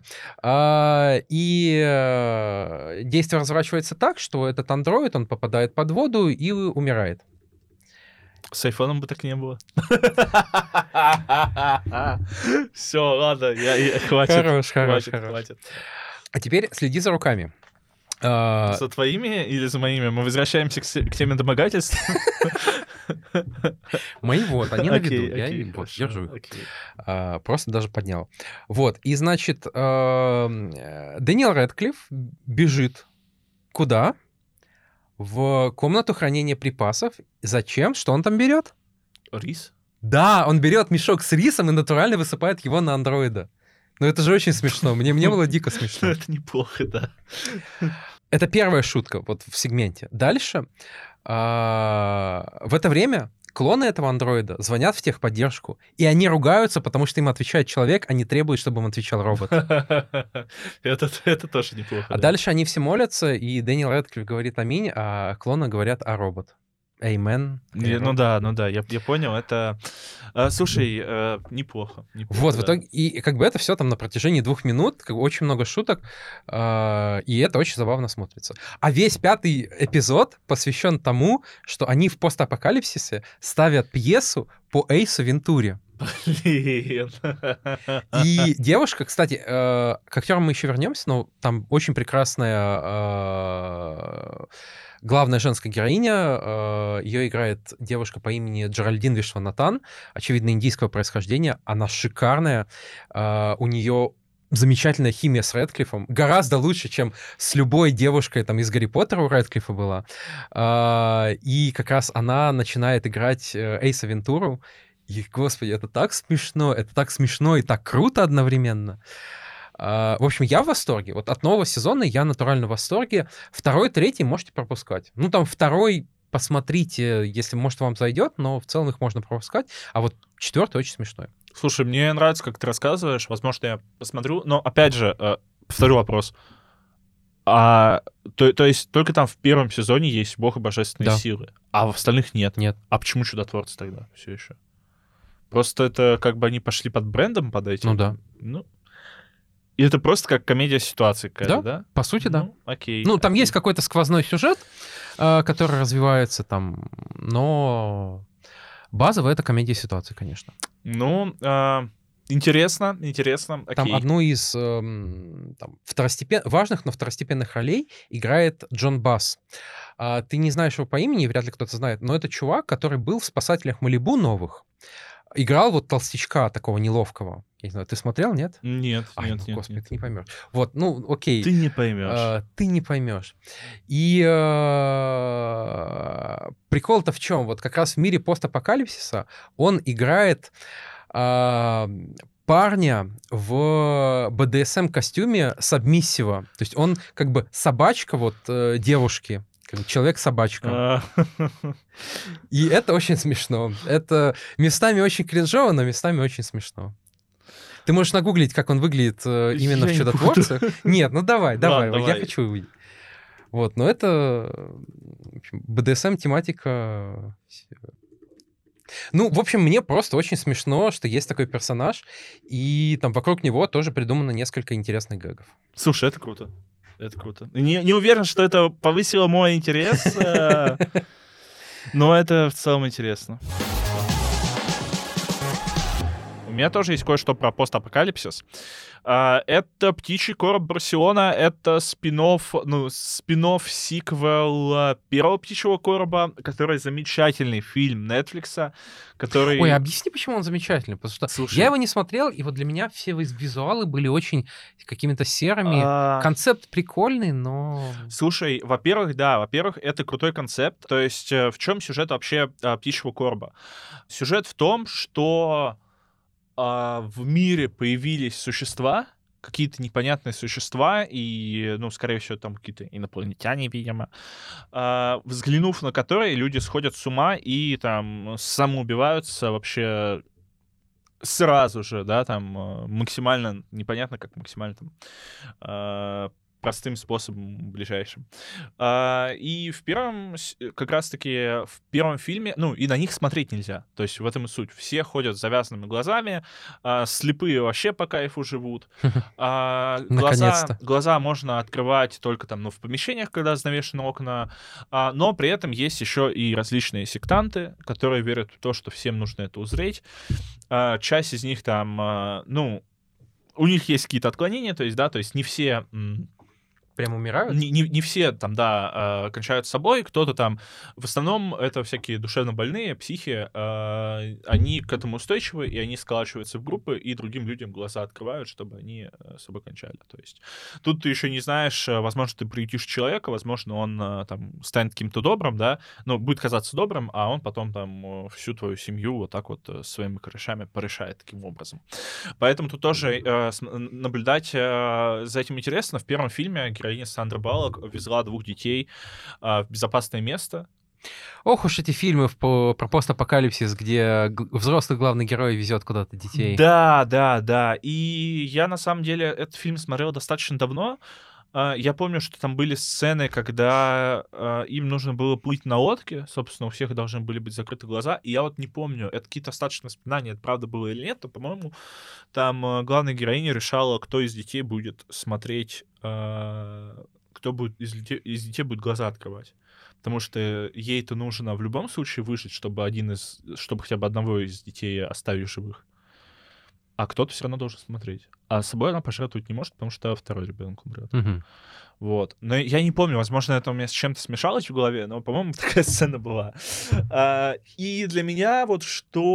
И действие разворачивается так, что этот андроид, он попадает под воду и умирает. С айфоном бы так не было. Все, ладно, хватит. Хорош. А теперь следи за руками. За твоими или за моими? Мы возвращаемся к теме домогательств. Мои вот, они на виду. Я держу их. Просто даже поднял. Вот, и, значит, Дэниел Рэдклифф бежит куда? В комнату хранения припасов. Зачем? Что он там берет? Рис? Да, он берет мешок с рисом и натурально высыпает его на андроида. Ну это же очень смешно. Мне было дико смешно. Это неплохо, да. Это первая шутка вот в сегменте. Дальше в это время клоны этого андроида звонят в техподдержку, и они ругаются, потому что им отвечает человек, а не требуют, чтобы им отвечал робот. Это тоже неплохо. А дальше они все молятся, и Дэниел Рэдклифф говорит «Аминь», а клоны говорят «А робот». Amen. Ну да, я понял, это... Слушай, неплохо. Вот, в итоге, и как бы это все там на протяжении 2 минут, очень много шуток, и это очень забавно смотрится. А весь 5-й эпизод посвящен тому, что они в постапокалипсисе ставят пьесу по Эйсу Вентуре. Блин. И девушка, кстати, к актерам мы еще вернемся, но там очень прекрасная главная женская героиня. Ее играет девушка по имени Джеральдин Вишванатан, очевидно, индийского происхождения. Она шикарная. У нее замечательная химия с Рэдклиффом, гораздо лучше, чем с любой девушкой там из Гарри Поттера у Рэдклиффа была. И как раз она начинает играть Эйса Вентуру. И, господи, это так смешно и так круто одновременно. В общем, я в восторге. Вот от нового сезона я натурально в восторге. Второй, третий можете пропускать. Ну, там второй посмотрите, если, может, вам зайдет, но в целом их можно пропускать. А вот четвертый очень смешной. Слушай, мне нравится, как ты рассказываешь. Возможно, я посмотрю. Но, опять же, повторю вопрос. То есть только там в первом сезоне есть бог и божественные Да. силы, а в остальных нет? Нет. А почему чудотворцы тогда все еще? Просто это как бы они пошли под брендом под этим? Ну да. Ну, и это просто как комедия ситуации какая-то, да? По сути, да. Ну, окей. Ну, там окей. есть какой-то сквозной сюжет, который развивается там, но базово это комедия ситуации, конечно. Ну, интересно, окей. Там одну из там, важных, но второстепенных ролей играет Джон Басс. Ты не знаешь его по имени, вряд ли кто-то знает, но это чувак, который был в «Спасателях Малибу» новых. Играл вот толстячка такого неловкого. Я не знаю, ты смотрел, нет? Нет, Ай, нет, ну, нет, господи, нет. ты не поймешь. Вот, ну, окей. Ты не поймешь. Ты не поймешь. И прикол-то в чем? Вот как раз в мире постапокалипсиса он играет парня в БДСМ-костюме сабмиссива. То есть он как бы собачка вот девушки, как бы человек-собачка. И это очень смешно. Это местами очень кринжово, но местами очень смешно. Ты можешь нагуглить, как он выглядит именно в «Чудотворцах». Нет, ну давай, я хочу увидеть. Вот, но это БДСМ-тематика. Ну, в общем, мне просто очень смешно, что есть такой персонаж, и там вокруг него тоже придумано несколько интересных гэгов. Слушай, это круто. Это круто. Не уверен, что это повысило мой интерес, но это в целом интересно. У меня тоже есть кое-что про постапокалипсис. Это «Птичий короб Барселона», это спин-офф сиквел первого «Птичьего короба», который замечательный фильм Netflix, который... Ой, объясни, почему он замечательный, потому что Слушай, я его не смотрел, и вот для меня все визуалы были очень какими-то серыми. Концепт прикольный, но... Слушай, во-первых, это крутой концепт. То есть в чем сюжет вообще «Птичьего короба»? Сюжет в том, что в мире появились существа, какие-то непонятные существа, и, ну, скорее всего, там какие-то инопланетяне, видимо, взглянув на которые, люди сходят с ума и там самоубиваются вообще сразу же, да, там максимально, непонятно, как максимально там простым способом ближайшим. И как раз-таки в первом фильме, ну, и на них смотреть нельзя. То есть в этом и суть. Все ходят с завязанными глазами, слепые вообще по кайфу живут. Глаза можно открывать только там, ну, в помещениях, когда занавешены окна, но при этом есть еще и различные сектанты, которые верят в то, что всем нужно это узреть. Часть из них там, ну, у них есть какие-то отклонения, то есть не все... Прям умирают? Не все там, да, кончают с собой, кто-то там... В основном это всякие душевно больные, психи, они к этому устойчивы, и они сколачиваются в группы, и другим людям глаза открывают, чтобы они с собой кончали. То есть тут ты еще не знаешь, возможно, ты приютишь человека, возможно, он там станет каким-то добрым, да, но будет казаться добрым, а он потом там всю твою семью вот так вот своими корешами порешает таким образом. Поэтому тут тоже наблюдать за этим интересно. В первом фильме героиня Сандра Баллок везла 2 детей в безопасное место. Ох уж эти фильмы про постапокалипсис, где взрослый главный герой везет куда-то детей. Да. И я, на самом деле, этот фильм смотрел достаточно давно. Я помню, что там были сцены, когда им нужно было плыть на лодке. Собственно, у всех должны были быть закрыты глаза. И я вот не помню, это какие-то остаточные воспоминания, это правда было или нет, но, по-моему, там главная героиня решала, кто из детей будет смотреть, кто будет из детей будет глаза открывать. Потому что ей-то нужно в любом случае выжить, чтобы хотя бы одного из детей оставить живых. А кто-то все равно должен смотреть. А с собой она пожертвовать не может, потому что второй ребенок умрет. Угу. Вот. Но я не помню, возможно, это у меня с чем-то смешалось в голове, но, по-моему, такая сцена была. И для меня вот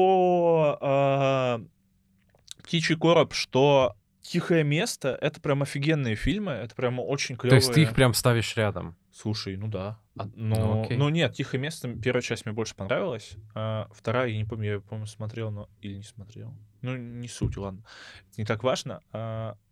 что «Птичий короб», что «Тихое место» — это прям офигенные фильмы, это прям очень клевые. То есть ты их прям ставишь рядом? Слушай, ну да. окей. Ну нет, «Тихое место», первая часть мне больше понравилась, вторая, я не помню, я, по-моему, смотрел, или не смотрел. Ну, не суть, ладно. Это не так важно.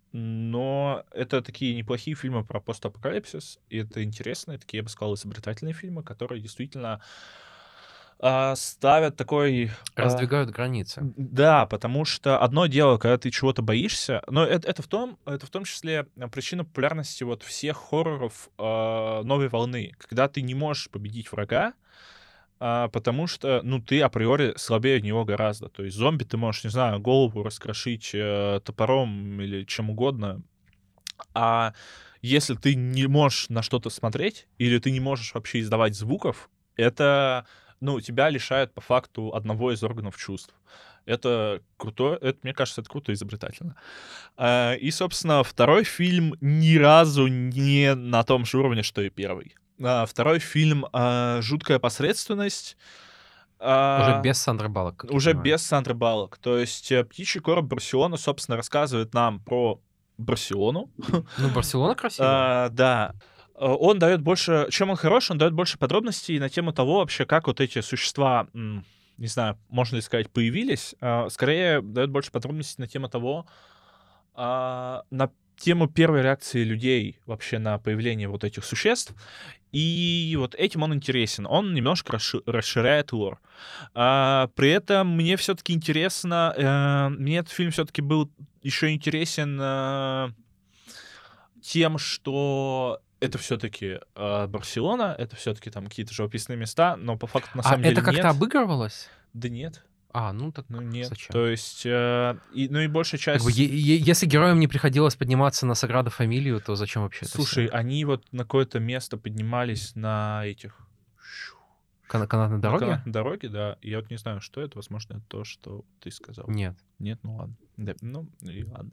но это такие неплохие фильмы про постапокалипсис, и это интересные, такие, я бы сказал, изобретательные фильмы, которые действительно ставят такой... Раздвигают границы. Да, потому что одно дело, когда ты чего-то боишься, но это в том числе причина популярности вот всех хорроров новой волны, когда ты не можешь победить врага, потому что, ну, ты априори слабее него гораздо. То есть зомби ты можешь, не знаю, голову раскрошить топором или чем угодно, а если ты не можешь на что-то смотреть, или ты не можешь вообще издавать звуков, это, ну, тебя лишает по факту одного из органов чувств. Это круто, это, мне кажется, это круто и изобретательно. И, собственно, второй фильм ни разу не на том же уровне, что и первый. Второй фильм «Жуткая посредственность». Уже без Сандры Баллок, как я Уже понимаю. без Сандры Баллок. То есть «Птичий короб Барселона», собственно, рассказывает нам про Барселону. Ну, Барселона красивая. Да. Он дает больше... Чем он хорош, он дает больше подробностей на тему того вообще, как вот эти существа, не знаю, можно ли сказать, появились. Скорее, дает больше подробностей на тему того, на тему первой реакции людей вообще на появление вот этих существ. И вот этим он интересен. Он немножко расширяет лор. При этом мне все-таки интересно... Мне этот фильм все-таки был еще интересен тем, что это все-таки Барселона, это все-таки там какие-то живописные места, но по факту на самом деле это как-то нет. обыгрывалось? Да нет. Ну так Ну нет. зачем? То есть, и большая часть... Как бы, если героям не приходилось подниматься на Саграду Фамилию, то зачем вообще Слушай, это они вот на какое-то место поднимались на этих... все? Канатной На дороге? канатной дороге, да. И я вот не знаю, что это. Возможно, это то, что ты сказал. Нет. Нет, ну ладно. Да, ну, и ладно.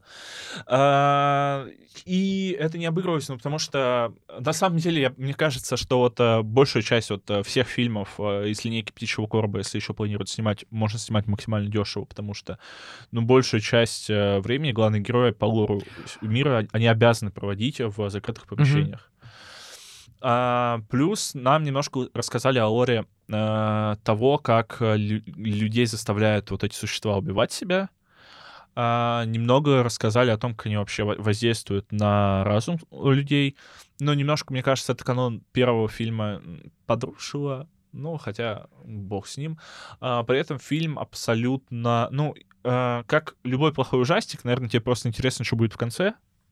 И это не обыгрывалось, ну, потому что, на самом деле, мне кажется, что вот большую часть вот всех фильмов из линейки «Птичьего короба», если еще планируют снимать, можно снимать максимально дешево, потому что, ну, большую часть времени главные герои по лору мира, они обязаны проводить в закрытых помещениях. Плюс нам немножко рассказали о лоре того, как людей заставляют вот эти существа убивать себя. Немного рассказали о том, как они вообще воздействуют на разум у людей. Но немножко, мне кажется, это канон первого фильма подрушило. Ну, хотя бог с ним. При этом фильм абсолютно... Ну, как любой плохой ужастик, наверное, тебе просто интересно, что будет в конце.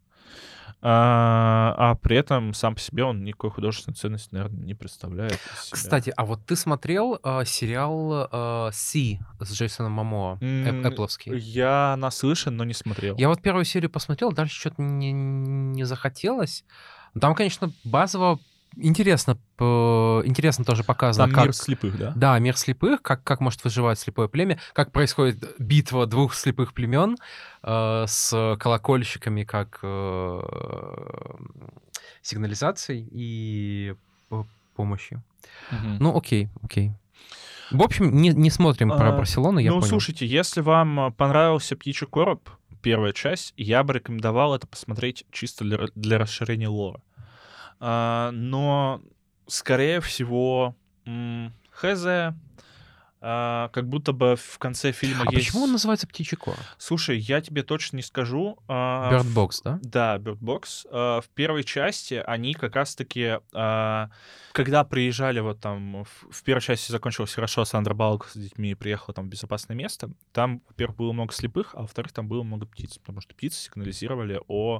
При этом сам по себе он никакой художественной ценности, наверное, не представляет. Кстати, а вот ты смотрел сериал «Си» с Джейсоном Момоа, эппловский? Я наслышан, но не смотрел. Я вот первую серию посмотрел, дальше что-то не захотелось. Там, конечно, базово интересно тоже показано. Там мир слепых, да? Да, мир слепых, как может выживать слепое племя, как происходит битва двух слепых племен с колокольчиками как сигнализацией и помощью. Ну, окей. В общем, не смотрим про Барселону, я понял. Ну, слушайте, если вам понравился «Птичий короб», первая часть, я бы рекомендовал это посмотреть чисто для расширения лора. Но, скорее всего, хз, как будто бы в конце фильма есть... почему он называется «Птичий короб»? Слушай, я тебе точно не скажу. Bird Box, да? Да, Bird Box. В первой части они как раз-таки, когда приезжали вот там, в первой части закончилось хорошо, Сандра Баллок с детьми приехала там в безопасное место, там, во-первых, было много слепых, а во-вторых, там было много птиц, потому что птицы сигнализировали о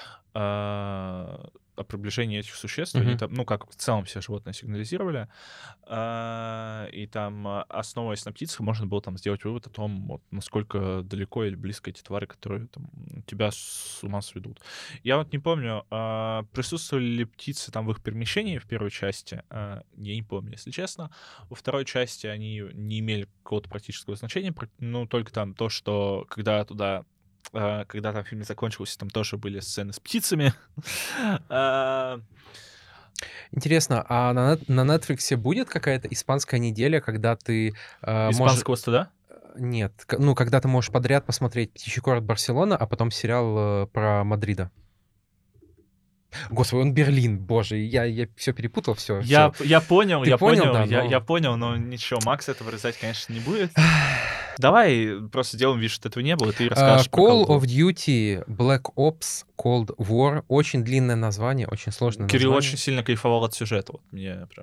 приближении этих существ. Они там, ну, как в целом все животные сигнализировали. И там, основываясь на птицах, можно было там сделать вывод о том, вот, насколько далеко или близко эти твари, которые там тебя с ума сведут. Я вот не помню, присутствовали ли птицы там в их перемещении в первой части. Я не помню, если честно. Во второй части они не имели какого-то практического значения, ну, только там то, что когда там фильм закончился, там тоже были сцены с птицами. Интересно, а на Netflix будет какая-то испанская неделя, когда ты Испанского стыда? Нет, ну, когда ты можешь подряд посмотреть «Птичий короб Барселона», а потом сериал про Мадрида. Господи, он Берлин, боже, я все перепутал, все. Я понял, Ты понял, да, я понял, но ничего, Макс это вырезать, конечно, не будет. Давай просто сделаем вид, что этого не было, и ты расскажешь про Call колду. of Duty Black Ops Cold War. Очень длинное название, очень сложное Кирилл название. очень сильно кайфовал от сюжета. Вот мне прям...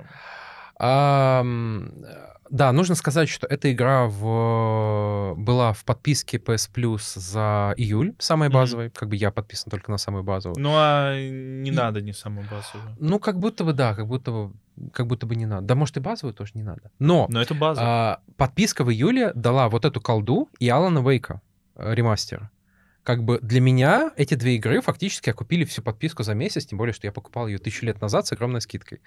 Да, нужно сказать, что эта игра была в подписке PS Plus за июль, самой базовой. Как бы я подписан только на самую базовую. Ну, а не надо не самую базовую. Ну, как будто бы, да, как будто бы не надо. Да, может, и базовую тоже не надо. Но это база. подписка в июле дала вот эту колду и Алана Вейка ремастер. Как бы для меня эти две игры фактически окупили всю подписку за месяц, тем более, что я покупал ее 1000 лет назад с огромной скидкой.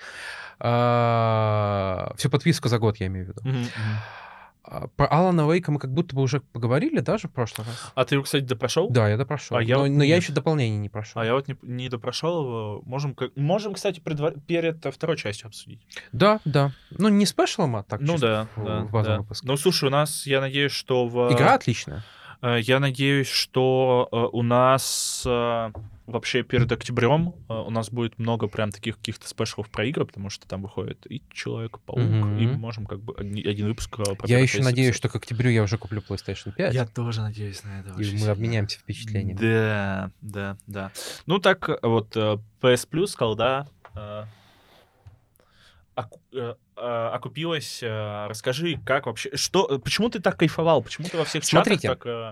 Всю подписку за год, я имею в виду. Про Алана Вейка мы как будто бы уже поговорили даже в прошлый раз. А ты его, кстати, допрошел? Да, я допрошел. А я но я еще дополнение не прошел. А я вот не допрошел его. Можем, кстати, перед второй частью обсудить. Да. Ну, не спешалом, а так ну, чисто да, в базовом выпуске. Ну, слушай, я надеюсь, что Игра отличная. Я надеюсь, что у нас вообще перед октябрем у нас будет много прям таких каких-то спешалов про игры, потому что там выходит и Человек-паук, и мы можем как бы один выпуск про Я еще надеюсь, что к октябрю я уже куплю PlayStation 5. Я тоже надеюсь на это. И мы обменяемся впечатлениями. Да. Ну так вот, PS Plus, колда окупилась. Расскажи, как вообще... Почему ты так кайфовал? Почему ты во всех чатах так...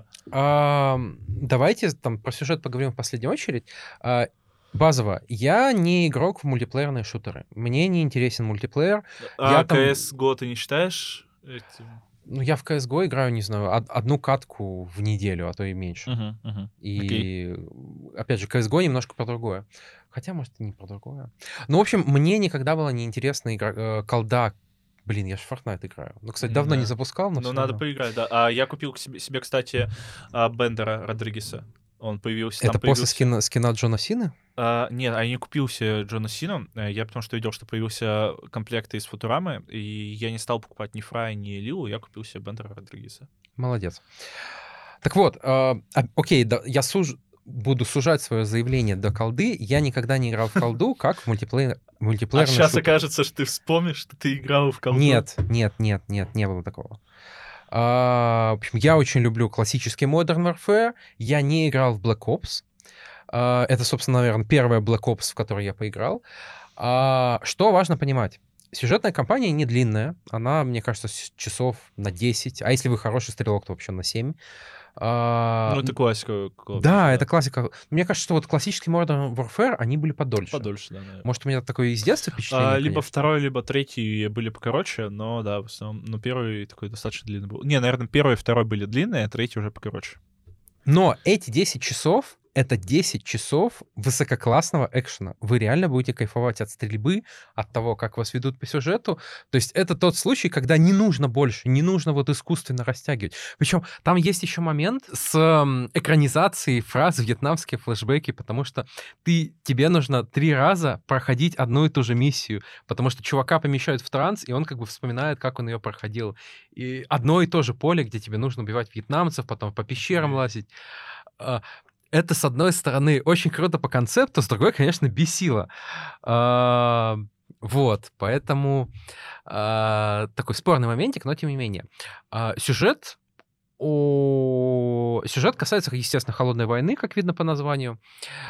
Давайте там про сюжет поговорим в последнюю очередь. Базово. Я не игрок в мультиплеерные шутеры. Мне не интересен мультиплеер. CSGO ты не считаешь этим? Ну, я в CSGO играю, не знаю, одну катку в неделю, а то и меньше. И, опять же, CSGO немножко про другое. Хотя, может, и не про другое. Ну, в общем, мне никогда была неинтересна колда. Блин, я же в Fortnite играю. Ну, кстати, давно не запускал, но... Ну, надо поиграть, да. А я купил себе, кстати, Бендера Родригеса. Он появился... Это после скина Джона Сины? Нет, я не купил себе Джона Сину. Я потому что видел, что появился комплект из Футурамы, и я не стал покупать ни Фрая, ни Лилу, я купил себе Бендера Родригеса. Молодец. Так вот, окей, да, я буду сужать свое заявление до колды. Я никогда не играл в колду, как в мультиплеерный А сейчас окажется, что ты вспомнишь, что ты играл в колду? Нет, не было такого. В общем, я очень люблю классический Modern Warfare. Я не играл в Black Ops. Это, собственно, наверное, первая Black Ops, в которой я поиграл. Что важно понимать? Сюжетная кампания не длинная. Она, мне кажется, часов на 10. А если вы хороший стрелок, то вообще на 7. Это классика. Да, это классика. Мне кажется, что вот классический Modern Warfare, они были подольше. Подольше, да, наверное. Может, у меня такое из детства впечатление, либо второй, либо третий были покороче, но да, в основном, первый такой достаточно длинный был. Не, наверное, первый и второй были длинные, а третий уже покороче. Но эти 10 часов — это 10 часов высококлассного экшена. Вы реально будете кайфовать от стрельбы, от того, как вас ведут по сюжету. То есть это тот случай, когда не нужно больше, не нужно вот искусственно растягивать. Причем там есть еще момент с экранизацией фраз вьетнамские флешбеки, потому что тебе нужно 3 раза проходить одну и ту же миссию, потому что чувака помещают в транс, и он как бы вспоминает, как он ее проходил. И одно и то же поле, где тебе нужно убивать вьетнамцев, потом по пещерам лазить. Это, с одной стороны, очень круто по концепту, с другой, конечно, бесило. Вот, поэтому такой спорный моментик, но тем не менее. Сюжет касается, естественно, холодной войны, как видно по названию.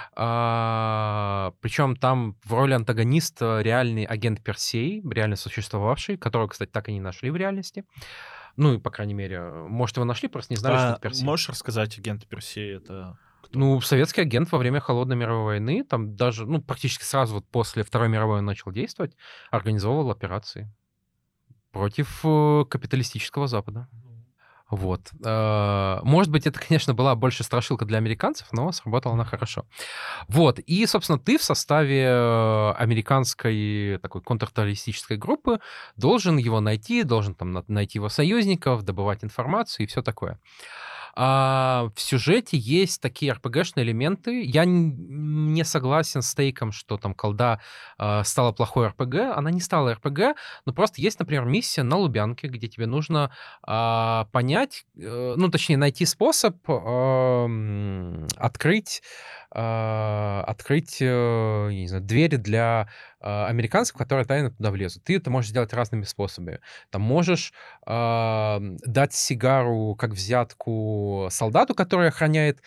Причем там в роли антагониста реальный агент Персей, реально существовавший, которого, кстати, так и не нашли в реальности. Ну, и, по крайней мере, может, его нашли, просто не знали, что это Персей. Можешь рассказать агент Персей? Это... Кто? Ну, советский агент во время Холодной мировой войны, там даже, практически сразу вот после Второй мировой он начал действовать, организовывал операции против капиталистического Запада. Вот. Может быть, это, конечно, была больше страшилка для американцев, но сработала она хорошо. Вот. И, собственно, ты в составе американской такой контртеррористической группы должен его найти, должен там найти его союзников, добывать информацию и все такое. В сюжете есть такие RPG-шные элементы. Я не согласен с тейком, что там колда стала плохой RPG. Она не стала RPG, но просто есть, например, миссия на Лубянке, где тебе нужно понять, точнее, найти способ открыть открыть, я не знаю, двери для американцев, которые тайно туда влезут. Ты это можешь сделать разными способами. Там можешь дать сигару как взятку солдату, который охраняет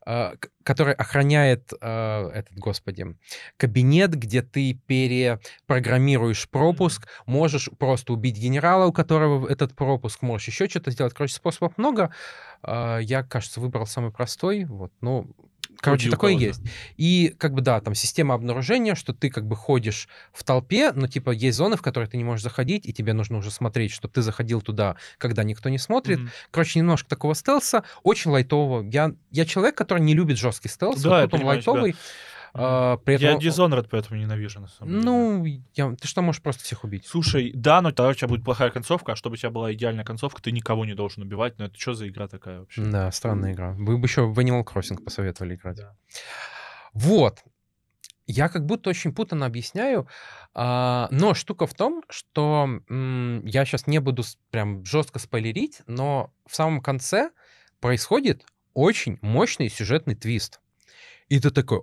кабинет, где ты перепрограммируешь пропуск, можешь просто убить генерала, у которого этот пропуск, можешь еще что-то сделать. Короче, способов много. Я, кажется, выбрал самый простой. Вот, ну, короче, такое есть. И, как бы, да, там система обнаружения, что ты, как бы, ходишь в толпе, но, типа, есть зоны, в которые ты не можешь заходить, и тебе нужно уже смотреть, чтобы ты заходил туда, когда никто не смотрит. Короче, немножко такого стелса, очень лайтового. Я человек, который не любит жесткий стелс, Да, вот тут он лайтовый. При этом... Я Dishonored поэтому ненавижу, на самом деле. Ну, ты что, можешь просто всех убить? Слушай, да, но тогда у тебя будет плохая концовка, а чтобы у тебя была идеальная концовка, ты никого не должен убивать. Ну это что за игра такая вообще? Да, странная игра. Вы бы еще в Animal Crossing посоветовали играть. Да. Вот. Я как будто очень путанно объясняю, но штука в том, что я сейчас не буду прям жестко спойлерить, но в самом конце происходит очень мощный сюжетный твист. И ты такой,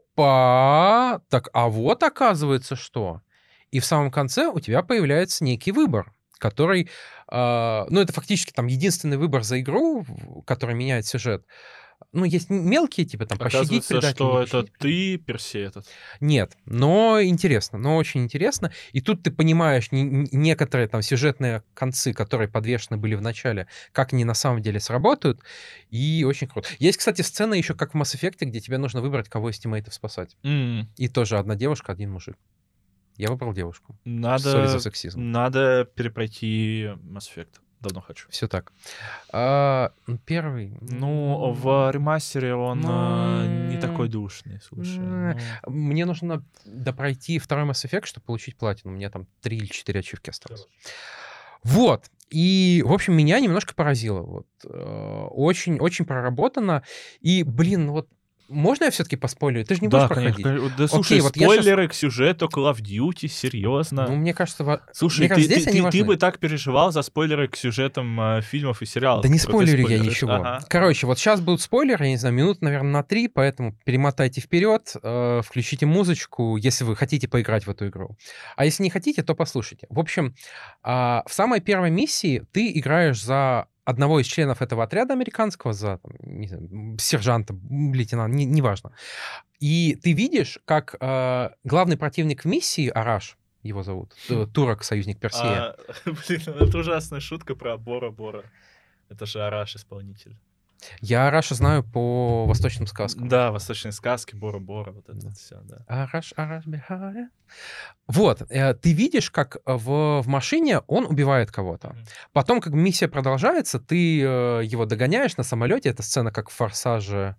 опа, так, а вот оказывается что. И в самом конце у тебя появляется некий выбор, который, ну, это фактически там единственный выбор за игру, который меняет сюжет. Ну, есть мелкие, типа, там, пощадить предателя. Что это ты, Персей этот? Нет, но интересно, но очень интересно. И тут ты понимаешь некоторые там сюжетные концы, которые подвешены были в начале, как они на самом деле сработают, и очень круто. Есть, кстати, сцена еще как в Mass Effect, где тебе нужно выбрать, кого из тиммейтов спасать. И тоже одна девушка, один мужик. Я выбрал девушку. Сори за сексизм. Надо перепройти Mass Effect. Давно хочу. Все так. Первый... Ну, в ремастере он не такой душный, слушай. Мне нужно допройти второй Mass Effect, чтобы получить платину. У меня там 3 или 4 ачивки осталось. Вот. И, в общем, меня немножко поразило. Вот. Очень проработано. И, блин, вот можно я все-таки поспойлерю? Ты же не будешь проходить? Да, слушай, вот спойлеры к сюжету Call of Duty, серьезно. Ну, мне кажется... Слушай, ты бы так переживал за спойлеры к сюжетам фильмов и сериалов. Да не спойлерю я ничего. Ага. Короче, вот сейчас будут спойлеры, я не знаю, минут, наверное, на 3, поэтому перемотайте вперед, включите музычку, если вы хотите поиграть в эту игру. А если не хотите, то послушайте. В общем, в самой первой миссии ты играешь за одного из членов этого отряда американского, за там, не знаю, сержанта, лейтенанта, неважно. И ты видишь, как главный противник в миссии, Араш, его зовут, турок, союзник Персея. Блин, это ужасная шутка про Бора-Бора. Это же Араш исполнитель. Я Араша знаю по восточным сказкам. Да, восточные сказки, Бора-Бора, вот это все, да. Араш, Бихаре. Вот, ты видишь, как в машине он убивает кого-то. Потом, как миссия продолжается, ты его догоняешь на самолете. Это сцена как в «Форсаже»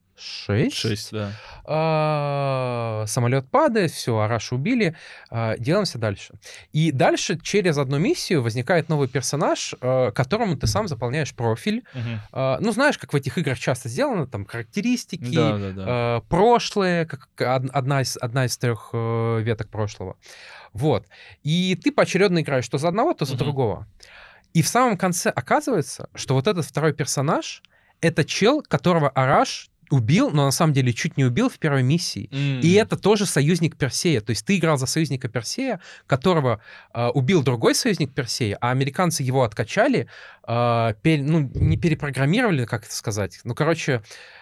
6, да. Самолет падает, все, Араша убили, делаемся дальше. И дальше через одну миссию возникает новый персонаж, которому ты сам заполняешь профиль. Ну, знаешь, как в этих играх часто сделано, там характеристики, прошлое, как одна из 3 веток прошлого. Вот. И ты поочередно играешь то за одного, то за другого. И в самом конце оказывается, что вот этот второй персонаж — это чел, которого Араш убил, но на самом деле чуть не убил в первой миссии. И это тоже союзник Персея. То есть ты играл за союзника Персея, которого убил другой союзник Персея, а американцы его откачали, не перепрограммировали, как это сказать. Ну, короче...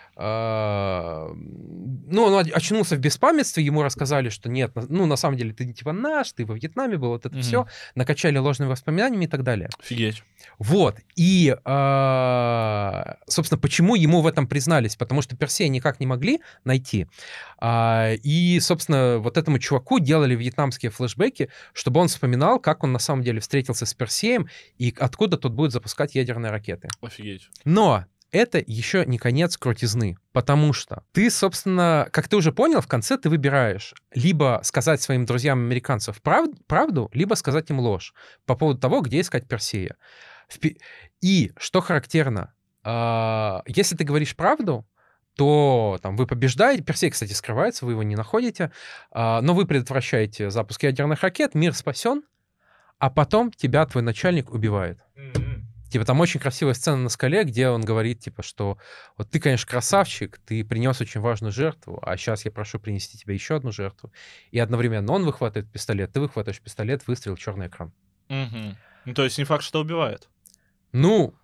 Ну, он очнулся в беспамятстве, ему рассказали, что нет, ну, на самом деле, ты типа наш, ты во Вьетнаме был, вот это все, накачали ложными воспоминаниями и так далее. Офигеть. Вот, и, собственно, почему ему в этом признались? Потому что Персея никак не могли найти, и, собственно, вот этому чуваку делали вьетнамские флешбеки, чтобы он вспоминал, как он на самом деле встретился с Персеем и откуда тот будет запускать ядерные ракеты. Офигеть. Но это еще не конец крутизны, потому что ты, собственно, как ты уже понял, в конце ты выбираешь либо сказать своим друзьям-американцам правду, либо сказать им ложь по поводу того, где искать Персея. И, что характерно, если ты говоришь правду, то там, вы побеждаете, Персей, кстати, скрывается, вы его не находите, но вы предотвращаете запуск ядерных ракет, мир спасен, а потом тебя твой начальник убивает. Типа там очень красивая сцена на скале, где он говорит, типа, что вот ты, конечно, красавчик, ты принес очень важную жертву, а сейчас я прошу принести тебе еще одну жертву. И одновременно он выхватывает пистолет, ты выхватываешь пистолет, выстрел, черный экран. Мгм. Ну, то есть не факт, что убивает. Ну,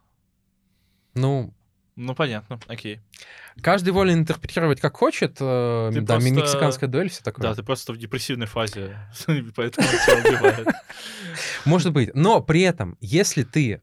Ну, понятно, окей. каждый волен интерпретировать как хочет. Да, просто- мексиканская дуэль, все такое. Да, ты просто в депрессивной фазе, поэтому тебя убивает. Может быть. Но при этом, если ты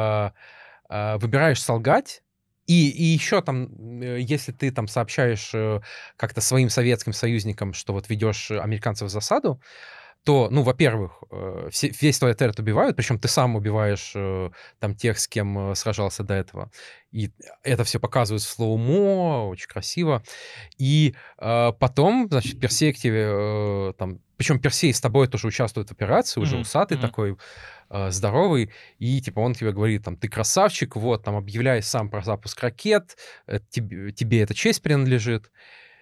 выбираешь солгать, и еще там, если ты там сообщаешь как-то своим советским союзникам, что вот ведешь американцев в засаду, то, ну, во-первых, весь твой отряд убивают, причем ты сам убиваешь там тех, с кем сражался до этого. И это все показывают в слоумо, очень красиво. И потом, значит, Персей к тебе там... Причем Персей с тобой тоже участвует в операции, уже усатый такой, здоровый, и типа он тебе говорит, там, ты красавчик, вот, там, объявляй сам про запуск ракет, тебе эта честь принадлежит.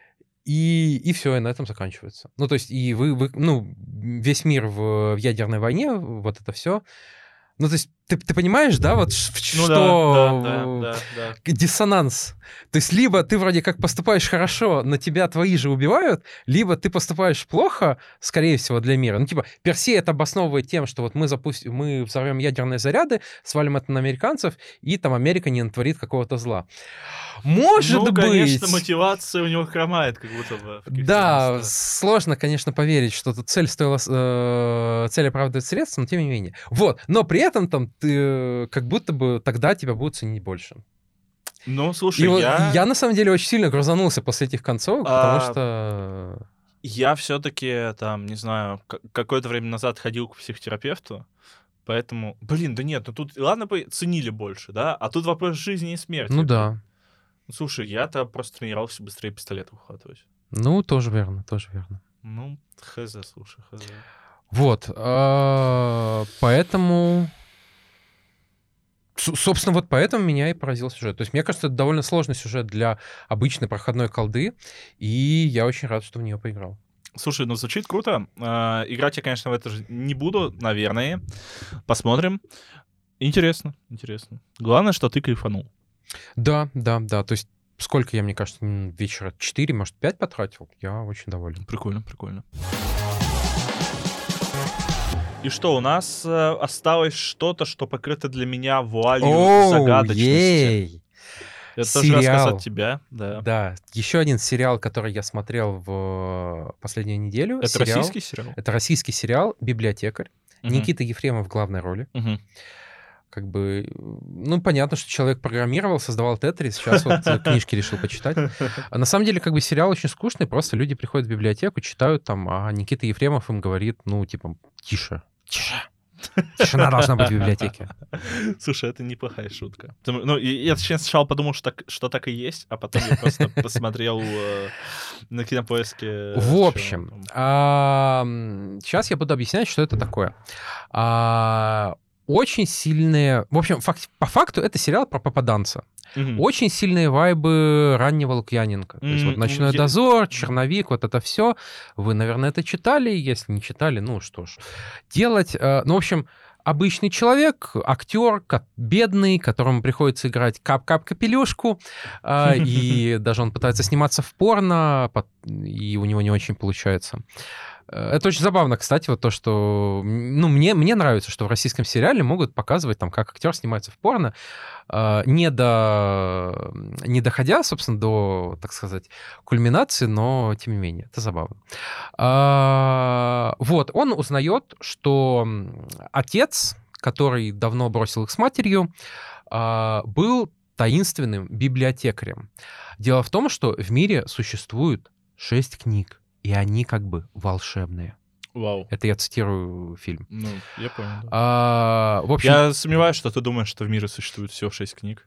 И все, и на этом заканчивается. Ну, то есть, и ну, весь мир в ядерной войне, вот это все. Ну, то есть, ты понимаешь, да, вот Ну что да. диссонанс. То есть, либо ты вроде как поступаешь хорошо, но тебя твои же убивают, либо ты поступаешь плохо, скорее всего, для мира. Ну, типа, Персей это обосновывает тем, что вот мы взорвем ядерные заряды, свалим это на американцев, и там Америка не натворит какого-то зла. Может быть... конечно, мотивация у него хромает, как будто бы. Да, сложно, конечно, поверить, что тут цель оправдывает средства, но тем не менее. Вот, но при этом там ты как будто бы тогда тебя будут ценить больше. Ну, слушай, и я на самом деле очень сильно грузанулся после этих концовок, потому что... Я все-таки там, не знаю, какое-то время назад ходил к психотерапевту, поэтому... Блин, да нет, ну тут, ладно бы ценили больше, да? А тут вопрос жизни и смерти. Ну да. Слушай, я-то просто тренировался быстрее пистолет выхватывать. Ну, тоже верно, тоже верно. Ну, хз, слушай, хз. Вот, поэтому... Собственно, вот поэтому меня и поразил сюжет. То есть, мне кажется, это довольно сложный сюжет для обычной проходной колды, и я очень рад, что в нее поиграл. Слушай, ну звучит круто. Играть я, конечно, в это же не буду, наверное. Посмотрим. Интересно. Главное, что ты кайфанул. Да. То есть, сколько я, мне кажется, вечера 4, может, 5 потратил, я очень доволен. Прикольно. И что, у нас осталось что-то, что покрыто для меня вуалью загадочности. Это тоже рассказ от тебя, да. Да, еще один сериал, который я смотрел в последнюю неделю. Это российский сериал? Это российский сериал «Библиотекарь». Никита Ефремов в главной роли. Как бы, ну, понятно, что человек программировал, создавал Тетрис, сейчас вот книжки решил почитать. А на самом деле, как бы, сериал очень скучный, просто люди приходят в библиотеку, читают там, а Никита Ефремов им говорит, ну, типа, тише. Тишина должна быть в библиотеке. Слушай, это неплохая шутка. Ну, я сначала подумал, что так и есть, а потом я просто посмотрел на Кинопоиске. В общем, сейчас я буду объяснять, что это такое. Очень сильные... В общем, по факту это сериал про попаданца. Очень сильные вайбы раннего Лукьяненко. То есть вот «Ночной дозор», «Черновик», вот это все. Вы, наверное, это читали. Если не читали, ну что ж. Делать... Ну, в общем, обычный человек, актер, бедный, которому приходится играть кап-кап-капелюшку, и даже он пытается сниматься в порно, и у него не очень получается. Это очень забавно, кстати, вот то, что... Ну, мне нравится, что в российском сериале могут показывать, там, как актер снимается в порно, не доходя, собственно, до, так сказать, кульминации, но тем не менее, это забавно. Вот, он узнает, что отец, который давно бросил их с матерью, был таинственным библиотекарем. Дело в том, что в мире существует 6 книг, и они как бы волшебные. Вау. Это я цитирую фильм. Ну, я понял. Да. В общем... Я сомневаюсь, что ты думаешь, что в мире существует всего 6 книг.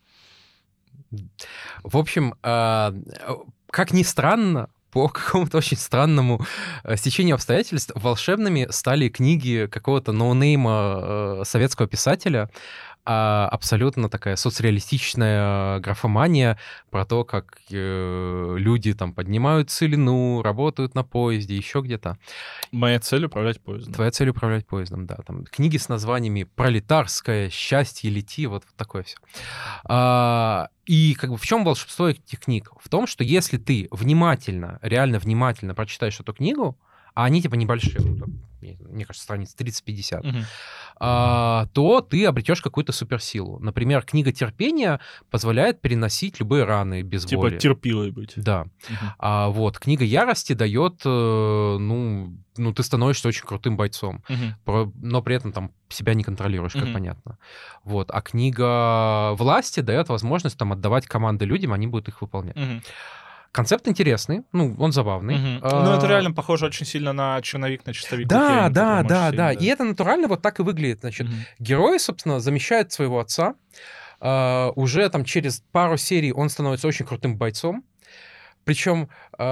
В общем, как ни странно, по какому-то очень странному стечению обстоятельств волшебными стали книги какого-то ноунейма советского писателя, абсолютно такая соцреалистичная графомания про то, как люди там поднимают целину, работают на поезде, еще где-то. Моя цель — управлять поездом. Твоя цель — управлять поездом, да. Там книги с названиями «Пролетарское», «Счастье, лети», вот такое все. И как бы в чем волшебство этих книг? В том, что если ты внимательно, реально внимательно прочитаешь эту книгу, а они типа небольшие, мне кажется, страниц 30-50, то ты обретешь какую-то суперсилу. Например, книга терпения позволяет переносить любые раны без боли. Типа терпилой быть. Да. Вот книга ярости дает, ты становишься очень крутым бойцом, но при этом там себя не контролируешь, как понятно. Вот. А книга власти дает возможность там отдавать команды людям, они будут их выполнять. Концепт интересный, он забавный. Ну, это реально похоже очень сильно на черновик на чистовик. Да. И это натурально вот так и выглядит. Значит, герой, собственно, замещает своего отца. Уже там через пару серий он становится очень крутым бойцом. Причем,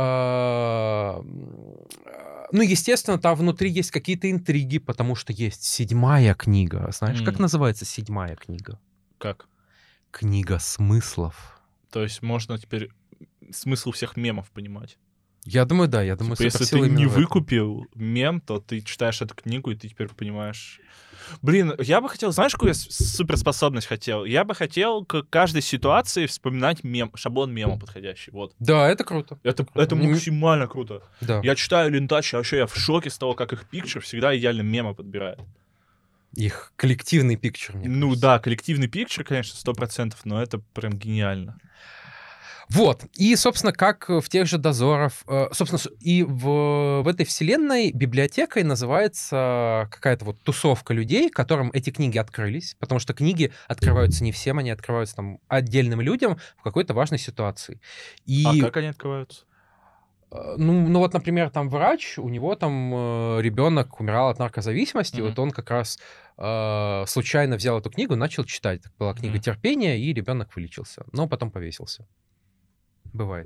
естественно, там внутри есть какие-то интриги, потому что есть 7-я книга. Знаешь, как называется 7-я книга? Как? Книга смыслов. То есть можно теперь смысл всех мемов понимать. Я думаю, да. Если ты не выкупил мем, то ты читаешь эту книгу, и ты теперь понимаешь... Блин, я бы хотел... Знаешь, какую я суперспособность хотел? Я бы хотел к каждой ситуации вспоминать шаблон мема подходящий. Вот. Да, это круто. Это максимально круто. Да. Я читаю Лентач, а вообще я в шоке с того, как их пикчер всегда идеально мемы подбирает. Их коллективный пикчер, мне кажется. Ну да, коллективный пикчер, конечно, 100%, но это прям гениально. Вот. И, собственно, как в тех же «Дозоров», собственно, и в этой вселенной библиотекой называется какая-то вот тусовка людей, которым эти книги открылись, потому что книги открываются не всем, они открываются там отдельным людям в какой-то важной ситуации. А как они открываются? Ну вот, например, там врач, у него там ребенок умирал от наркозависимости, вот он как раз случайно взял эту книгу, начал читать. Это была книга терпения, и ребенок вылечился, но потом повесился. Бывает.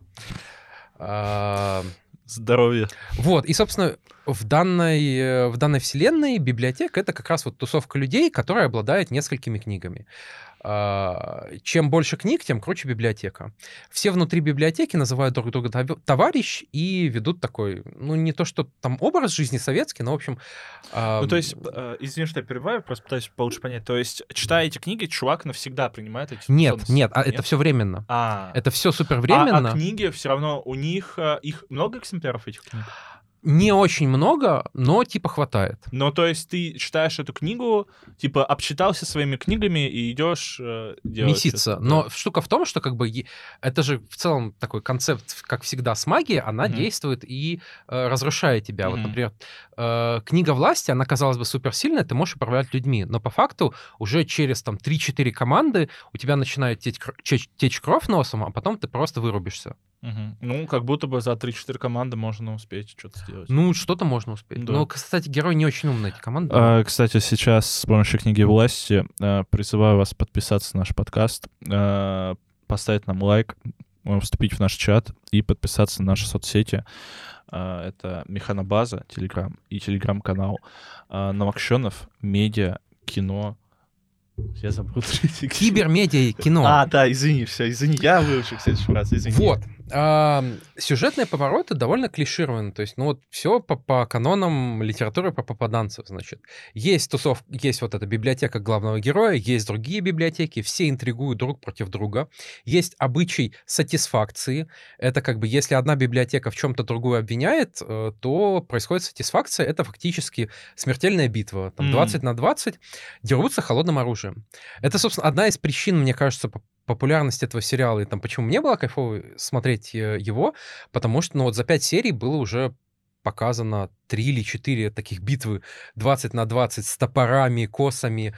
Здоровье. Вот, и, собственно, в данной вселенной библиотека — это как раз вот тусовка людей, которые обладают несколькими книгами. Чем больше книг, тем круче библиотека. Все внутри библиотеки называют друг друга товарищ и ведут такой, не то что там образ жизни советский, но, в общем... Ну, то есть, извини, что я перебиваю, просто пытаюсь получше понять. То есть, читая эти книги, чувак навсегда принимает эти... Нет, это все временно. Это все супер временно. А книги все равно у них... Их много экземпляров этих книг? Не очень много, но типа хватает. Ну, то есть ты читаешь эту книгу, типа обчитался своими книгами и идешь делать меситься. Но штука в том, что как бы это же в целом такой концепт, как всегда с магией, она действует и разрушает тебя. Вот, например, книга власти, она, казалось бы, суперсильная, ты можешь управлять людьми, но по факту уже через там 3-4 команды у тебя начинает течь кровь носом, а потом ты просто вырубишься. Ну, как будто бы за 3-4 команды можно успеть что-то сделать. Ну, что-то можно успеть. Да. Но, кстати, герой не очень умный, эти команды. Кстати, сейчас с помощью книги власти призываю вас подписаться на наш подкаст, поставить нам лайк, вступить в наш чат и подписаться на наши соцсети. Это Механобаза, Телеграм и Телеграм-канал Новокщенов, медиа, кино. Я забыл. Кибермедиа кино. Да, извини, я выучил следующий раз, извини. Вот. Сюжетные повороты довольно клишированы. То есть, все по канонам литературы про попаданцев, значит. Есть вот эта библиотека главного героя, есть другие библиотеки, все интригуют друг против друга. Есть обычай сатисфакции. Это как бы, если одна библиотека в чем-то другую обвиняет, то происходит сатисфакция. Это фактически смертельная битва. Там 20 на 20 дерутся холодным оружием. Это, собственно, одна из причин, мне кажется, популярности этого сериала, и там почему мне было кайфово смотреть его, потому что за 5 серий было уже показано 3 или 4 таких битвы 20 на 20 с топорами, косами,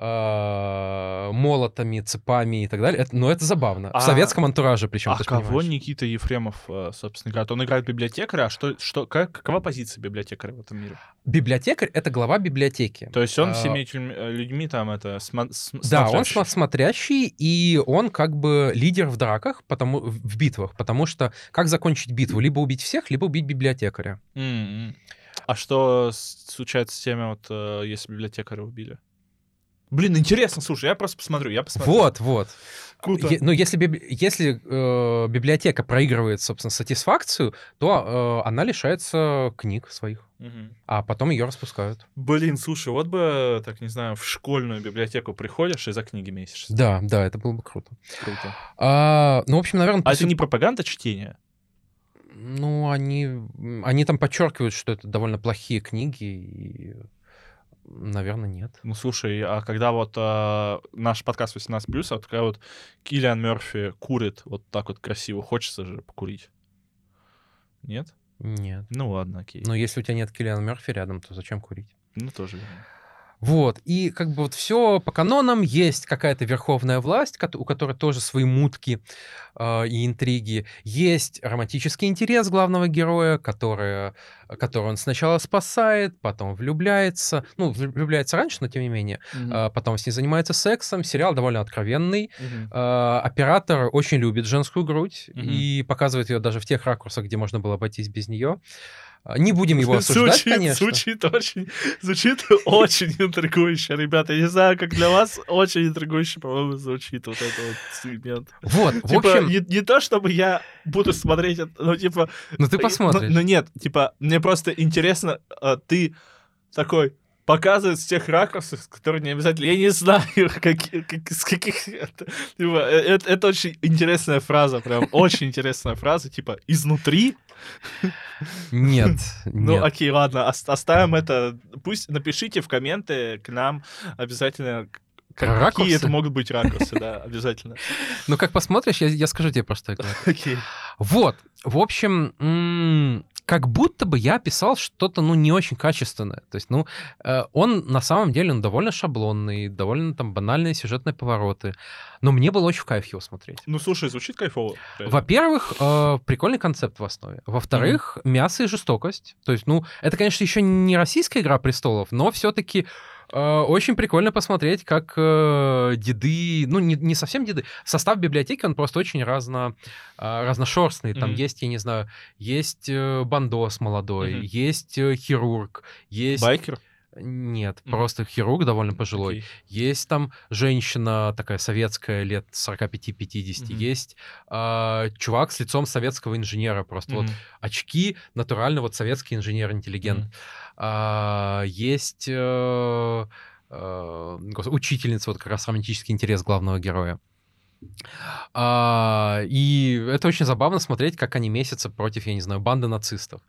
молотами, цепами и так далее. Но это забавно. В советском антураже причем. Кого Никита Ефремов, собственно, играет? Он играет библиотекаря, какова позиция библиотекаря в этом мире? Библиотекарь — это глава библиотеки. То есть он всеми этими людьми там Да, он смотрящий, и он как бы лидер в драках, в битвах, потому что как закончить битву? Либо убить всех, либо убить библиотекаря. А что случается с теми, если библиотекаря убили? Блин, интересно, слушай, я просто посмотрю. Вот. Круто. Ну, если библиотека проигрывает, собственно, сатисфакцию, то она лишается книг своих, а потом ее распускают. Блин, слушай, вот бы, так, не знаю, в школьную библиотеку приходишь и за книги месяшься. Да, это было бы круто. Круто. Ну, в общем, наверное... А это не пропаганда чтения? Ну, они там подчеркивают, что это довольно плохие книги, и, наверное, нет. Ну, слушай, а когда вот наш подкаст 18+, вот такая вот Киллиан Мёрфи курит вот так вот красиво, хочется же покурить. Нет? Нет. Ну ладно, окей. Но если у тебя нет Киллиана Мёрфи рядом, то зачем курить? Ну, тоже верно. Вот, и как бы вот все по канонам, есть какая-то верховная власть, у которой тоже свои мутки и интриги, есть романтический интерес главного героя, который он сначала спасает, потом влюбляется, ну, влюбляется раньше, но тем не менее, потом с ней занимается сексом, сериал довольно откровенный, оператор очень любит женскую грудь и показывает ее даже в тех ракурсах, где можно было обойтись без нее. Не будем его осуждать, конечно. Звучит очень интригующе, ребята. Я не знаю, как для вас, очень интригующе, по-моему, звучит вот этот вот сегмент. Вот, в типа, общем... Не то, чтобы я буду смотреть, ну, типа... Ну, ты посмотришь. Ну, нет, типа, мне просто интересно, ты такой... показывает с тех ракурсов, которые не обязательно... Я не знаю, с каких... Это очень интересная фраза, прям очень интересная фраза, типа, изнутри? Нет. Ну, окей, ладно, оставим это. Пусть напишите в комменты к нам обязательно, какие это могут быть ракурсы, да, обязательно. Ну, как посмотришь, я скажу тебе просто. Окей. Вот, в общем... как будто бы я писал что-то, ну, не очень качественное. То есть, ну, он на самом деле довольно шаблонный, довольно там банальные сюжетные повороты. Но мне было очень в кайф его смотреть. Ну, слушай, звучит кайфово. Во-первых, прикольный концепт в основе. Во-вторых, мясо и жестокость. То есть, ну, это, конечно, еще не российская «Игра престолов», но все-таки очень прикольно посмотреть, как деды, ну, не совсем деды, состав библиотеки, он просто очень разношерстный. Там есть, я не знаю, есть бандос молодой, есть хирург, есть... Байкер? Нет, просто хирург довольно пожилой. Есть там женщина такая советская, лет 45-50. Есть чувак с лицом советского инженера. Просто вот очки, натурально вот советский инженер-интеллигент. Есть учительница, вот как раз романтический интерес главного героя. И это очень забавно смотреть, как они месятся против, я не знаю, банды нацистов.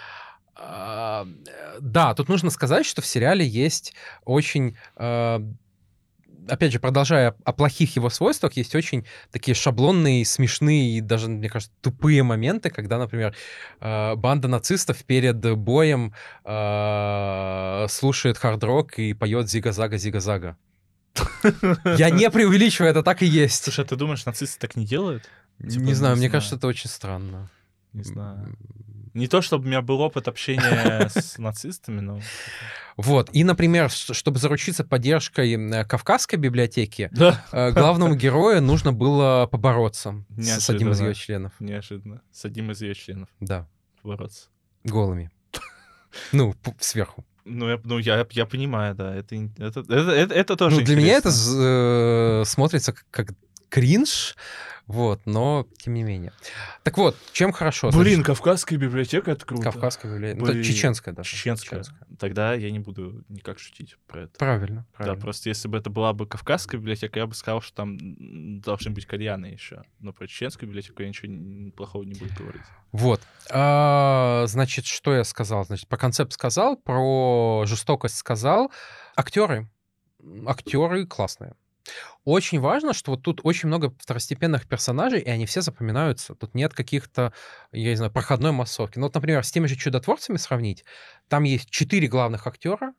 Да, тут нужно сказать, что в сериале есть очень... опять же, продолжая о плохих его свойствах, есть очень такие шаблонные, смешные и даже, мне кажется, тупые моменты, когда, например, банда нацистов перед боем слушает хард-рок и поет «Зига-зага, зига-зага». Я не преувеличиваю, это так и есть. Слушай, а ты думаешь, нацисты так не делают? Не знаю, мне кажется, это очень странно. Не знаю. Не то, чтобы у меня был опыт общения с нацистами, но... Вот. И, например, чтобы заручиться поддержкой Кавказской библиотеки, главному герою нужно было побороться с одним из ее членов. Неожиданно. С одним из ее членов. Да. Побороться. Голыми. Ну, сверху. Ну, я понимаю, да. Это тоже Ну, для меня это смотрится как кринж, вот, но тем не менее. Так вот, чем хорошо? Блин, Кавказская библиотека — это круто. Кавказская библиотека. Это чеченская даже. Чеченская. Тогда я не буду никак шутить про это. Правильно. Да, просто если бы это была бы Кавказская библиотека, я бы сказал, что там должны быть кальяны еще. Но про чеченскую библиотеку я ничего плохого не буду говорить. Вот. Значит, что я сказал? Значит, про концепт сказал, про жестокость сказал. Актеры классные. Очень важно, что вот тут очень много второстепенных персонажей, и они все запоминаются. Тут нет каких-то, я не знаю, проходной массовки. Ну вот, например, с теми же «Чудотворцами» сравнить, там есть 4 главных актера,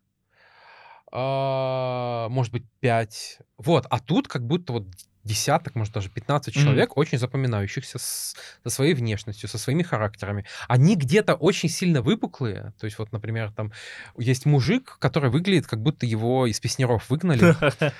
может быть, 5. Вот, а тут как будто вот десяток, может, даже 15 человек, очень запоминающихся со своей внешностью, со своими характерами. Они где-то очень сильно выпуклые. То есть вот, например, там есть мужик, который выглядит, как будто его из песняров выгнали.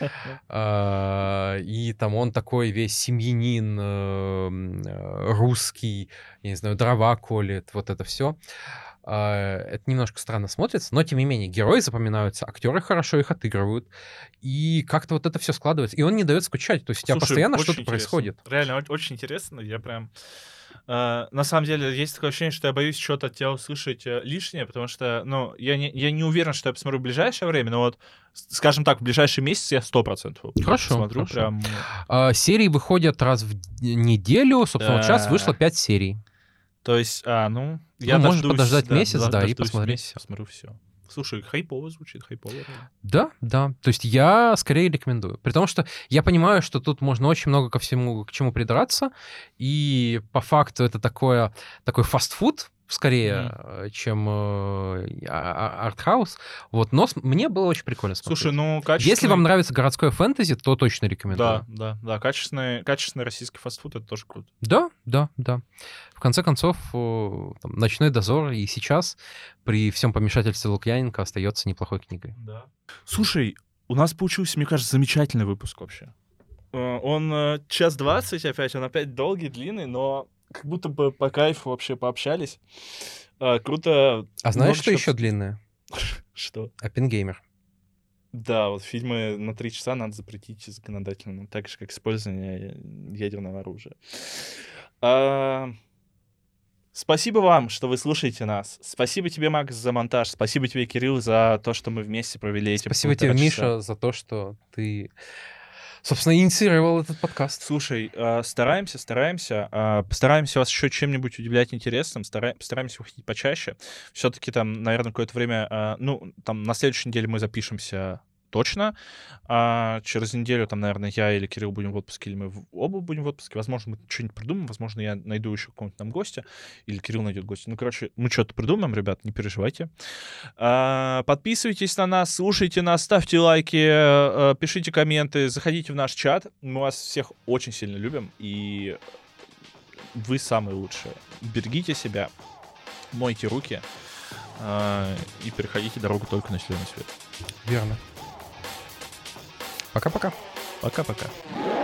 И там он такой весь семьянин, русский, я не знаю, дрова колет, вот это все. Это немножко странно смотрится, но, тем не менее, герои запоминаются, актеры хорошо их отыгрывают, и как-то вот это все складывается. И он не дает скучать, то есть у тебя постоянно что-то происходит. Реально, очень интересно. Я прям... на самом деле, есть такое ощущение, что я боюсь что-то от тебя услышать лишнее, потому что, ну, я не уверен, что я посмотрю в ближайшее время, но вот, скажем так, в ближайший месяц я 100% Хорошо, посмотрю. хорошо. Прям... Серии выходят раз в неделю, собственно, вот сейчас вышло 5 серий. То есть, я можешь подождать месяц, да, и посмотреть всё. Посмотрю все. Слушай, хайпово звучит, хайпово. Да. То есть я скорее рекомендую. При том, что я понимаю, что тут можно очень много ко всему, к чему придраться, и по факту это такой фастфуд, скорее, чем артхаус. Вот, но мне было очень прикольно смотреть. Слушай, ну, качественный... Если вам нравится городское фэнтези, то точно рекомендую. Да. Качественный российский фастфуд — это тоже круто. Да. В конце концов, там, «Ночной дозор» и сейчас при всем помешательстве Лукьяненко остается неплохой книгой. Да. Слушай, у нас получился, мне кажется, замечательный выпуск вообще. Он час 20 опять, он опять долгий, длинный, но как будто бы по кайфу вообще пообщались. Круто. А знаешь, что еще длинное? Что? «Оппенгеймер». Да, вот фильмы на 3 часа надо запретить законодательно, так же, как использование ядерного оружия. Спасибо вам, что вы слушаете нас. Спасибо тебе, Макс, за монтаж. Спасибо тебе, Кирилл, за то, что мы вместе провели эти 1,5 часа. Спасибо тебе, Миша, за то, что ты, собственно, инициировал этот подкаст. Слушай, стараемся. Постараемся вас еще чем-нибудь удивлять интересным. Постараемся выходить почаще. Все-таки там, наверное, какое-то время... там на следующей неделе мы запишемся точно. Через неделю, там, наверное, я или Кирилл будем в отпуске, или мы оба будем в отпуске. Возможно, мы что-нибудь придумаем. Возможно, я найду еще какого-нибудь там гостя, или Кирилл найдет гостя. Ну, короче, мы что-то придумаем, ребят, не переживайте. Подписывайтесь на нас, слушайте нас, ставьте лайки, пишите комменты, заходите в наш чат. Мы вас всех очень сильно любим, и вы самые лучшие. Берегите себя, мойте руки и переходите дорогу только на зеленый свет. Верно. Пока-пока. Пока-пока.